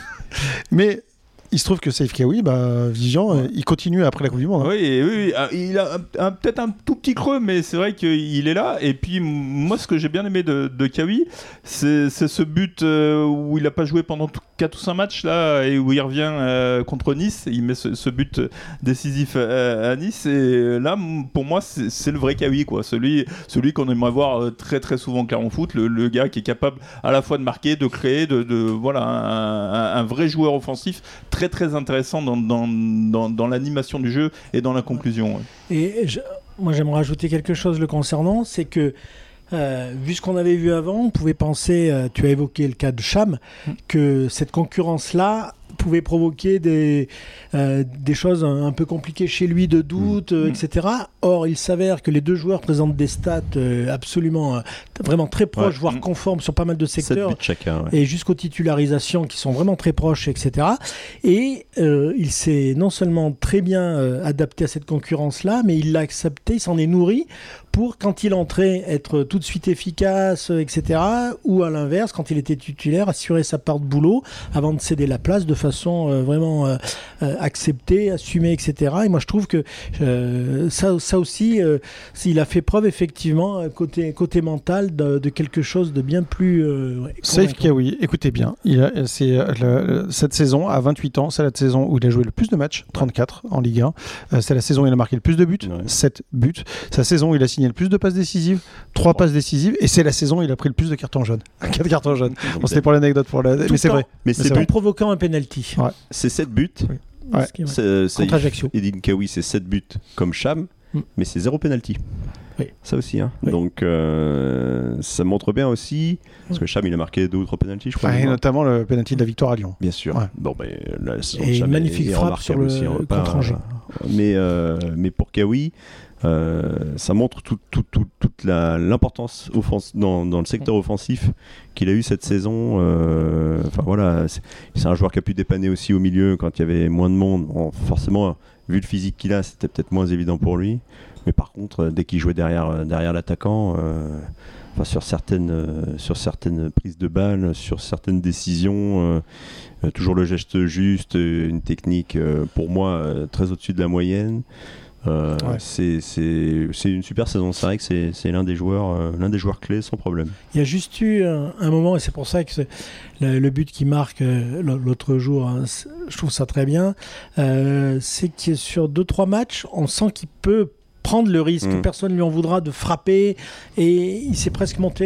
mais il se trouve que Saif Kawi, bah, Vivian, ouais. il continue après la Coupe du Monde. Hein. Oui, oui, oui, il a un, un, peut-être un tout petit creux, mais c'est vrai qu'il est là. Et puis, moi, ce que j'ai bien aimé de, de Kawi, c'est, c'est ce but euh, où il n'a pas joué pendant quatre ou cinq matchs, là, et où il revient euh, contre Nice. Il met ce, ce but décisif à, à Nice. Et là, pour moi, c'est, c'est le vrai Kawi, quoi. Celui, celui qu'on aimerait voir très, très souvent au Clermont Foot. Le, le gars qui est capable à la fois de marquer, de créer, de, de voilà, un, un, un vrai joueur offensif. Très, très intéressant dans, dans, dans, dans l'animation du jeu et dans la conclusion. Ouais. Et je, moi, j'aimerais rajouter quelque chose le concernant, c'est que Euh, vu ce qu'on avait vu avant, on pouvait penser, euh, tu as évoqué le cas de Cham, mmh. que cette concurrence-là pouvait provoquer des, euh, des choses un, un peu compliquées chez lui, de doute, mmh. euh, et cetera. Or, il s'avère que les deux joueurs présentent des stats euh, absolument, euh, vraiment très proches, ouais. voire mmh. conformes sur pas mal de secteurs, sept buts chacun, ouais. et jusqu'aux titularisations qui sont vraiment très proches, et cetera. Et euh, il s'est non seulement très bien euh, adapté à cette concurrence-là, mais il l'a accepté, il s'en est nourri pour, quand il entrait, être tout de suite efficace, et cetera. Ou à l'inverse, quand il était titulaire, assurer sa part de boulot avant de céder la place de façon euh, vraiment euh, euh, acceptée, assumée, et cetera. Et moi, je trouve que euh, ça, ça aussi, euh, il a fait preuve, effectivement, côté, côté mental, de, de quelque chose de bien plus euh, ouais, Saif Kawi, écoutez bien, il a, c'est, le, cette saison, à vingt-huit ans, c'est la saison où il a joué le plus de matchs, trente-quatre en Ligue un. Euh, c'est la saison où il a marqué le plus de buts, ouais. sept buts. C'est la saison où il a signé le plus de passes décisives, trois passes décisives, et c'est la saison où il a pris le plus de cartons jaunes. quatre cartons jaunes. Bon, c'était pour l'anecdote, pour la... mais c'est vrai. Mais c'est en provoquant un penalty. Ouais. C'est sept buts. Oui. Ouais. C'est, c'est, contre Ajaccio. Edin Kawi, c'est sept buts comme Cham, mm. mais c'est zéro penalty. Oui. Ça aussi. Hein. Oui. Donc euh, ça montre bien aussi, parce que Cham il a marqué deux ou trois penalties, je crois. Ah, et notamment le penalty de la victoire à Lyon. Bien sûr. Ouais. Bon, ben, la et une magnifique est, est frappe sur le aussi, contre-Angers. Mais, euh, mais pour Kawi, euh, ça montre tout, tout, tout, toute la, l'importance offens- dans, dans le secteur offensif qu'il a eu cette saison. Euh, enfin voilà, c'est, c'est un joueur qui a pu dépanner aussi au milieu quand il y avait moins de monde. Bon, forcément, vu le physique qu'il a, c'était peut-être moins évident pour lui. Mais par contre, dès qu'il jouait derrière, derrière l'attaquant, euh, enfin, sur, certaines, euh, sur certaines prises de balles, sur certaines décisions, euh, toujours le geste juste, une technique euh, pour moi euh, très au-dessus de la moyenne. Euh, ouais. c'est, c'est, c'est une super saison. C'est vrai que c'est, c'est l'un des joueurs, euh, l'un des joueurs clés sans problème. Il y a juste eu un, un moment, et c'est pour ça que c'est le, le but qui marque euh, l'autre jour, hein, je trouve ça très bien, euh, c'est que sur deux trois matchs, on sent qu'il peut prendre le risque, mmh. personne ne lui en voudra de frapper, et il s'est presque monté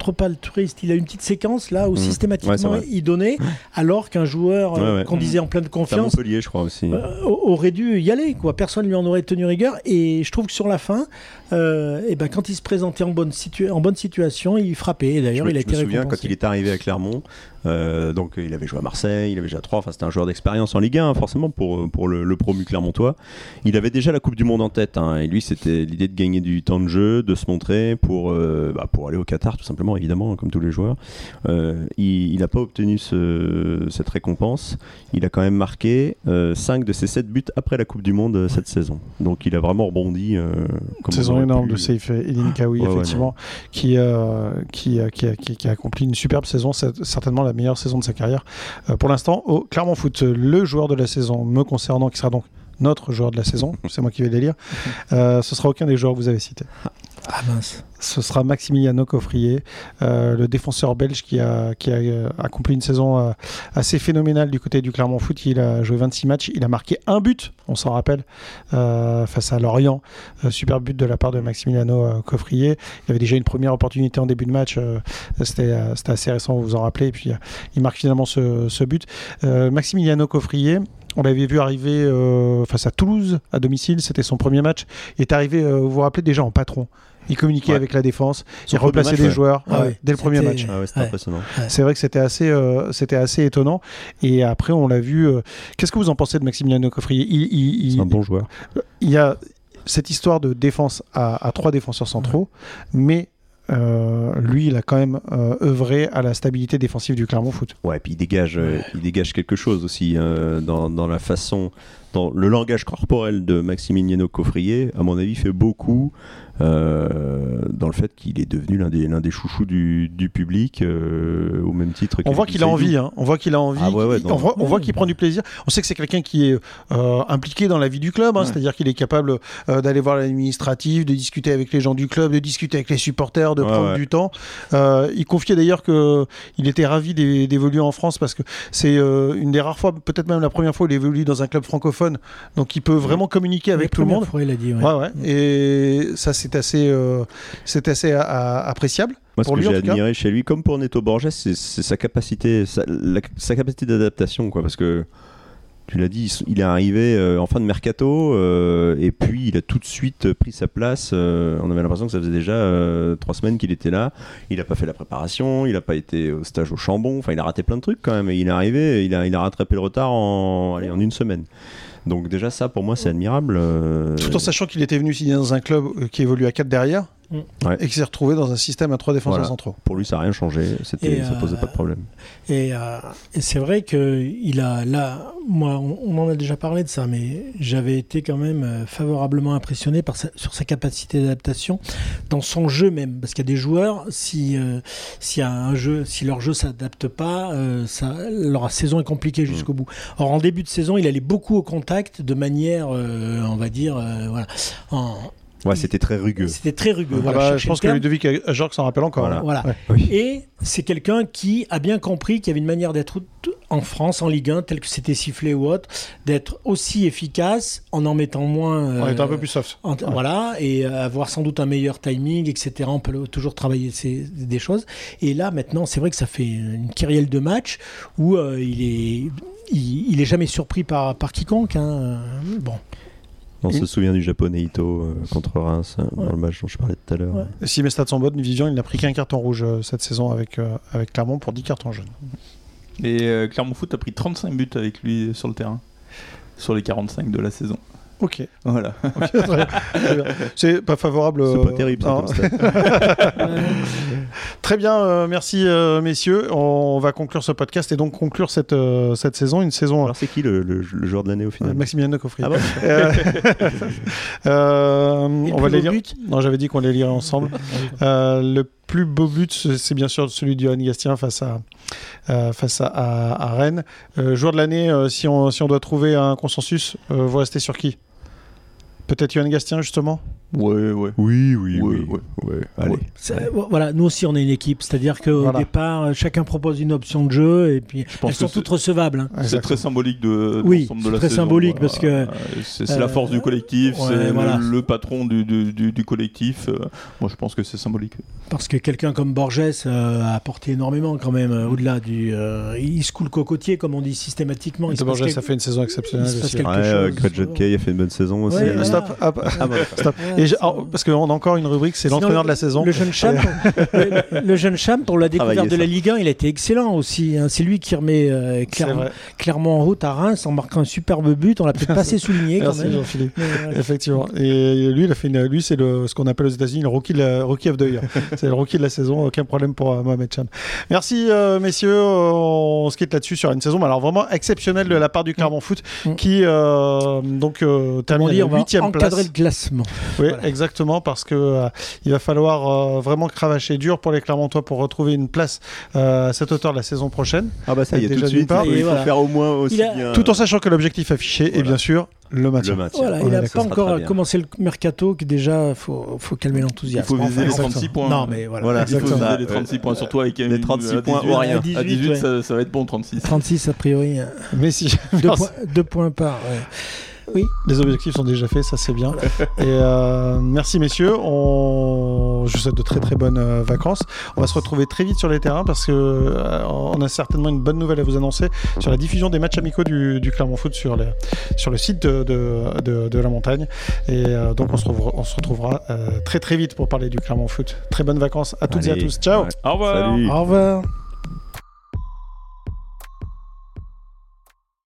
trop altruiste. Il a une petite séquence là où Mmh. systématiquement Ouais, il donnait, alors qu'un joueur Ouais, euh, ouais. qu'on disait en pleine C'est à confiance Montpellier, je crois aussi. euh, aurait dû y aller, quoi. Personne lui en aurait tenu rigueur. Et je trouve que sur la fin, euh, et ben quand il se présentait en bonne, situa- en bonne situation, il frappait. Et d'ailleurs, je me, il a je été me souviens récompensé. quand il est arrivé à Clermont, euh, donc il avait joué à Marseille, il avait déjà trois, enfin c'était un joueur d'expérience en Ligue un, hein, forcément pour, pour le, le promu clermontois. Il avait déjà la Coupe du Monde en tête, hein, et lui c'était l'idée de gagner du temps de jeu, de se montrer pour, euh, bah, pour aller au Qatar tout simplement, évidemment, comme tous les joueurs. Euh, il n'a pas obtenu ce, cette récompense, il a quand même marqué euh, cinq de ses sept buts après la Coupe du Monde euh, cette saison. Donc il a vraiment rebondi. Euh, comme on Saison aurait énorme pu- de Saïf Eddine Kaoui, Ouais, ouais, effectivement, qui, euh, qui, euh, qui, a, qui, qui a accompli une superbe saison, c'est certainement la meilleure saison de sa carrière euh, pour l'instant au Clermont Foot. Le joueur de la saison me concernant, qui sera donc notre joueur de la saison, c'est moi qui vais les lire, euh, ce sera aucun des joueurs que vous avez cités. Ah mince. Ce sera Maximiliano Coffrier, euh, le défenseur belge qui a, qui a euh, accompli une saison euh, assez phénoménale du côté du Clermont Foot. Il a joué vingt-six matchs, il a marqué un but, on s'en rappelle, euh, face à Lorient. Euh, super but de la part de Maximiliano euh, Coffrier. Il avait déjà une première opportunité en début de match, euh, c'était, euh, c'était assez récent, vous vous en rappelez, et puis euh, il marque finalement ce, ce but. Euh, Maximiliano Coffrier, on l'avait vu arriver euh, face à Toulouse à domicile, c'était son premier match. Il est arrivé, euh, vous vous rappelez, déjà en patron. Il communiquait Ouais. avec la défense, Son il replaçait premier des match, joueurs Ah ouais, ouais. dès le premier C'était- match. Ah ouais, c'était Ouais. impressionnant. C'est vrai que c'était assez, euh, c'était assez étonnant. Et après, on l'a vu. euh, Qu'est-ce que vous en pensez de Maximiliano Coffrier? il, il, il, C'est un bon joueur. il y a cette histoire de défense à, à trois défenseurs centraux, mais euh, lui, il a quand même euh, œuvré à la stabilité défensive du Clermont Foot. Ouais, et puis il dégage, euh, il dégage quelque chose aussi euh, dans, dans la façon, dans le langage corporel de Maximiliano Coffrier. À mon avis, fait beaucoup euh, dans le fait qu'il est devenu l'un des, l'un des chouchous du, du public, euh, au même titre. On voit qu'il a envie, hein. On voit qu'il a envie. Ah ouais, ouais, on non. voit, on voit qu'il prend du plaisir. On sait que c'est quelqu'un qui est euh, impliqué dans la vie du club, hein, Ouais. c'est-à-dire qu'il est capable euh, d'aller voir l'administratif, de discuter avec les gens du club, de discuter avec les supporters, de Ouais, prendre ouais. du temps. Euh, il confiait d'ailleurs que il était ravi d'é- d'évoluer en France parce que c'est euh, une des rares fois, peut-être même la première fois où il évolue dans un club francophone, donc il peut vraiment communiquer avec La tout le première monde. fois, il a dit. Ouais. Ouais, ouais. Et ça, c'est assez, euh, c'est assez a- a- appréciable. Moi, ce pour que lui, en j'ai tout cas. admiré chez lui, comme pour Neto Borges, c'est, c'est sa capacité, sa, la- sa capacité d'adaptation, quoi. Parce que tu l'as dit, il est arrivé euh, en fin de mercato euh, et puis il a tout de suite pris sa place. Euh, on avait l'impression que ça faisait déjà euh, trois semaines qu'il était là. Il n'a pas fait la préparation, il n'a pas été au stage au Chambon. Enfin, il a raté plein de trucs quand même. Et il est arrivé, il a, il a rattrapé le retard en, allez, en une semaine. Donc déjà ça, pour moi, c'est admirable. euh, Tout en sachant qu'il était venu signer dans un club euh, qui évolue à quatre derrière Ouais. et qui s'est retrouvé dans un système à trois défenseurs Voilà. centraux. Pour lui, ça n'a rien changé. C'était, Et, ça posait euh, pas de problème. Et, euh, et c'est vrai que il a là, moi, on, on en a déjà parlé de ça, mais j'avais été quand même euh, favorablement impressionné par sa, sur sa capacité d'adaptation dans son jeu même, parce qu'il y a des joueurs, si euh, s'il y a un jeu, si leur jeu s'adapte pas, euh, ça, leur saison est compliquée jusqu'au bout. Or en début de saison, il allait beaucoup au contact de manière, euh, on va dire, euh, voilà, en, Ouais, c'était très rugueux. c'était très rugueux. Ah Voilà, bah, chercher je pense le que terme. Ludovic Ajorc s'en rappelle encore. Voilà. hein. Voilà. Ouais. Oui. Et c'est quelqu'un qui a bien compris qu'il y avait une manière d'être t- en France, en Ligue un, tel que c'était sifflé ou autre, d'être aussi efficace en en mettant moins. On euh, est un peu plus soft. en- Voilà, et euh, avoir sans doute un meilleur timing, et cetera. On peut le- toujours travailler ces, des choses. Et là, maintenant, c'est vrai que ça fait une kyrielle de matchs où euh, il est. Il, il est jamais surpris par, par quiconque. Hein. Euh, Bon. On Et- se souvient du japonais Ito euh, contre Reims, euh, dans le match dont je parlais tout à l'heure. Ouais. Si mes stats sont bonnes, Vivian, il n'a pris qu'un carton rouge euh, cette saison avec, euh, avec Clermont pour dix cartons jaunes. Et euh, Clermont Foot a pris trente-cinq buts avec lui sur le terrain, sur les quarante-cinq de la saison. Ok. Voilà. Ok, très bien. Très bien. C'est pas favorable. C'est euh, pas terrible, ça, non. comme stat. Très bien, euh, merci euh, messieurs. On va conclure ce podcast et donc conclure cette, euh, cette saison, une saison. Alors, c'est qui le, le, le joueur de l'année au euh, final Maximiliano Coffrier. Ah bon Euh, euh, Et on le va plus les beau lire. but Non, j'avais dit qu'on les lirait ensemble. Euh, le plus beau but, c'est c'est bien sûr celui de Johan Gastien face à, euh, face à, à- à Rennes. Euh, joueur de l'année, euh, si, on, si on doit trouver un consensus, euh, vous restez sur qui? Peut-être Johan Gastien, justement? Ouais, ouais. Oui, oui, Ouais, oui. ouais. ouais. Allez. Ouais. C'est- Voilà, nous aussi on est une équipe, c'est-à-dire qu'au Voilà. départ, chacun propose une option de jeu et puis Je pense elles sont que c'est- toutes recevables. hein. C'est Exactement. très symbolique de, de Oui, l'ensemble de c'est la très saison, symbolique quoi. parce que, Euh, c'est c'est la euh, force du collectif, ouais, c'est voilà. le, le patron du, du, du, du collectif. Euh, moi, je pense que c'est symbolique. Parce que quelqu'un comme Borges euh, a apporté énormément quand même, euh, au-delà du... euh, il se coule le cocotier, comme on dit systématiquement. Il se passe Borges, quel- ça fait une saison exceptionnelle il se passe aussi. quelque Ouais, chose. euh, Greg John Kay a fait une bonne saison aussi. Ouais, Euh, voilà. Stop, hop, Ah, bon, stop. Ouais, Et j'ai- c'est- alors, parce qu'on a encore une rubrique, c'est Sinon, l'entraîneur de la saison. Le jeune Cham, le, le jeune Cham, pour la découverte Travailler de la ça. Ligue un, il a été excellent aussi. hein. C'est lui qui remet euh, C'est Clermont, vrai. Clermont en route à Reims en marquant un superbe but. On l'a peut-être pas assez souligné quand Merci même. Jean-Philippe. Mais, euh, Effectivement. Et lui, il a fait une- lui, c'est le, ce qu'on appelle aux États-Unis le rookie, de la- rookie of the year. C'est le rookie de la saison. Aucun problème pour euh, Mohamed Cham. Merci, euh, messieurs. Euh, On se quitte là-dessus sur une saison, mais alors vraiment exceptionnelle de la part du Clermont Foot, Mm. qui euh, donc euh, termine on à dit, la on va huitième encadrer place. le classement. Oui, Voilà. exactement, parce que euh, il va falloir euh, vraiment cravacher dur pour les Clermontois pour retrouver une place euh, à cette hauteur de la saison prochaine. Ah bah ça y est, Déjà tout de d'une suite, part. il faut Et voilà. faire au moins aussi Il a- bien Tout en sachant que l'objectif affiché est voilà. bien sûr le maintien. le maintien. Voilà, On il est n'a d'accord, pas ça sera encore très bien. commencé le mercato, que déjà, il faut, faut calmer l'enthousiasme. Il faut viser Enfin, les exactement. trente-six points. Non, mais voilà. Voilà, Il faut Exactement. viser les trente-six points, surtout avec Les une- trente-six à points ou dix-huit, rien. À dix-huit, À dix-huit, ouais. ça, ça va être bon, trente-six. trente-six a priori. hein. Mais si, Deux, merci. points, deux points par. ouais. Les objectifs sont déjà faits, ça c'est bien. Et euh, merci messieurs, on... je vous souhaite de très très bonnes euh, vacances. On va se retrouver très vite sur les terrains parce que euh, on a certainement une bonne nouvelle à vous annoncer sur la diffusion des matchs amicaux du, du Clermont Foot sur, les, sur le site de, de, de, de la montagne. Et euh, donc on se retrouvera, on se retrouvera euh, très très vite pour parler du Clermont Foot. Très bonnes vacances à toutes et à Allez, tous. Ciao. ouais. Au revoir. Salut. Au revoir.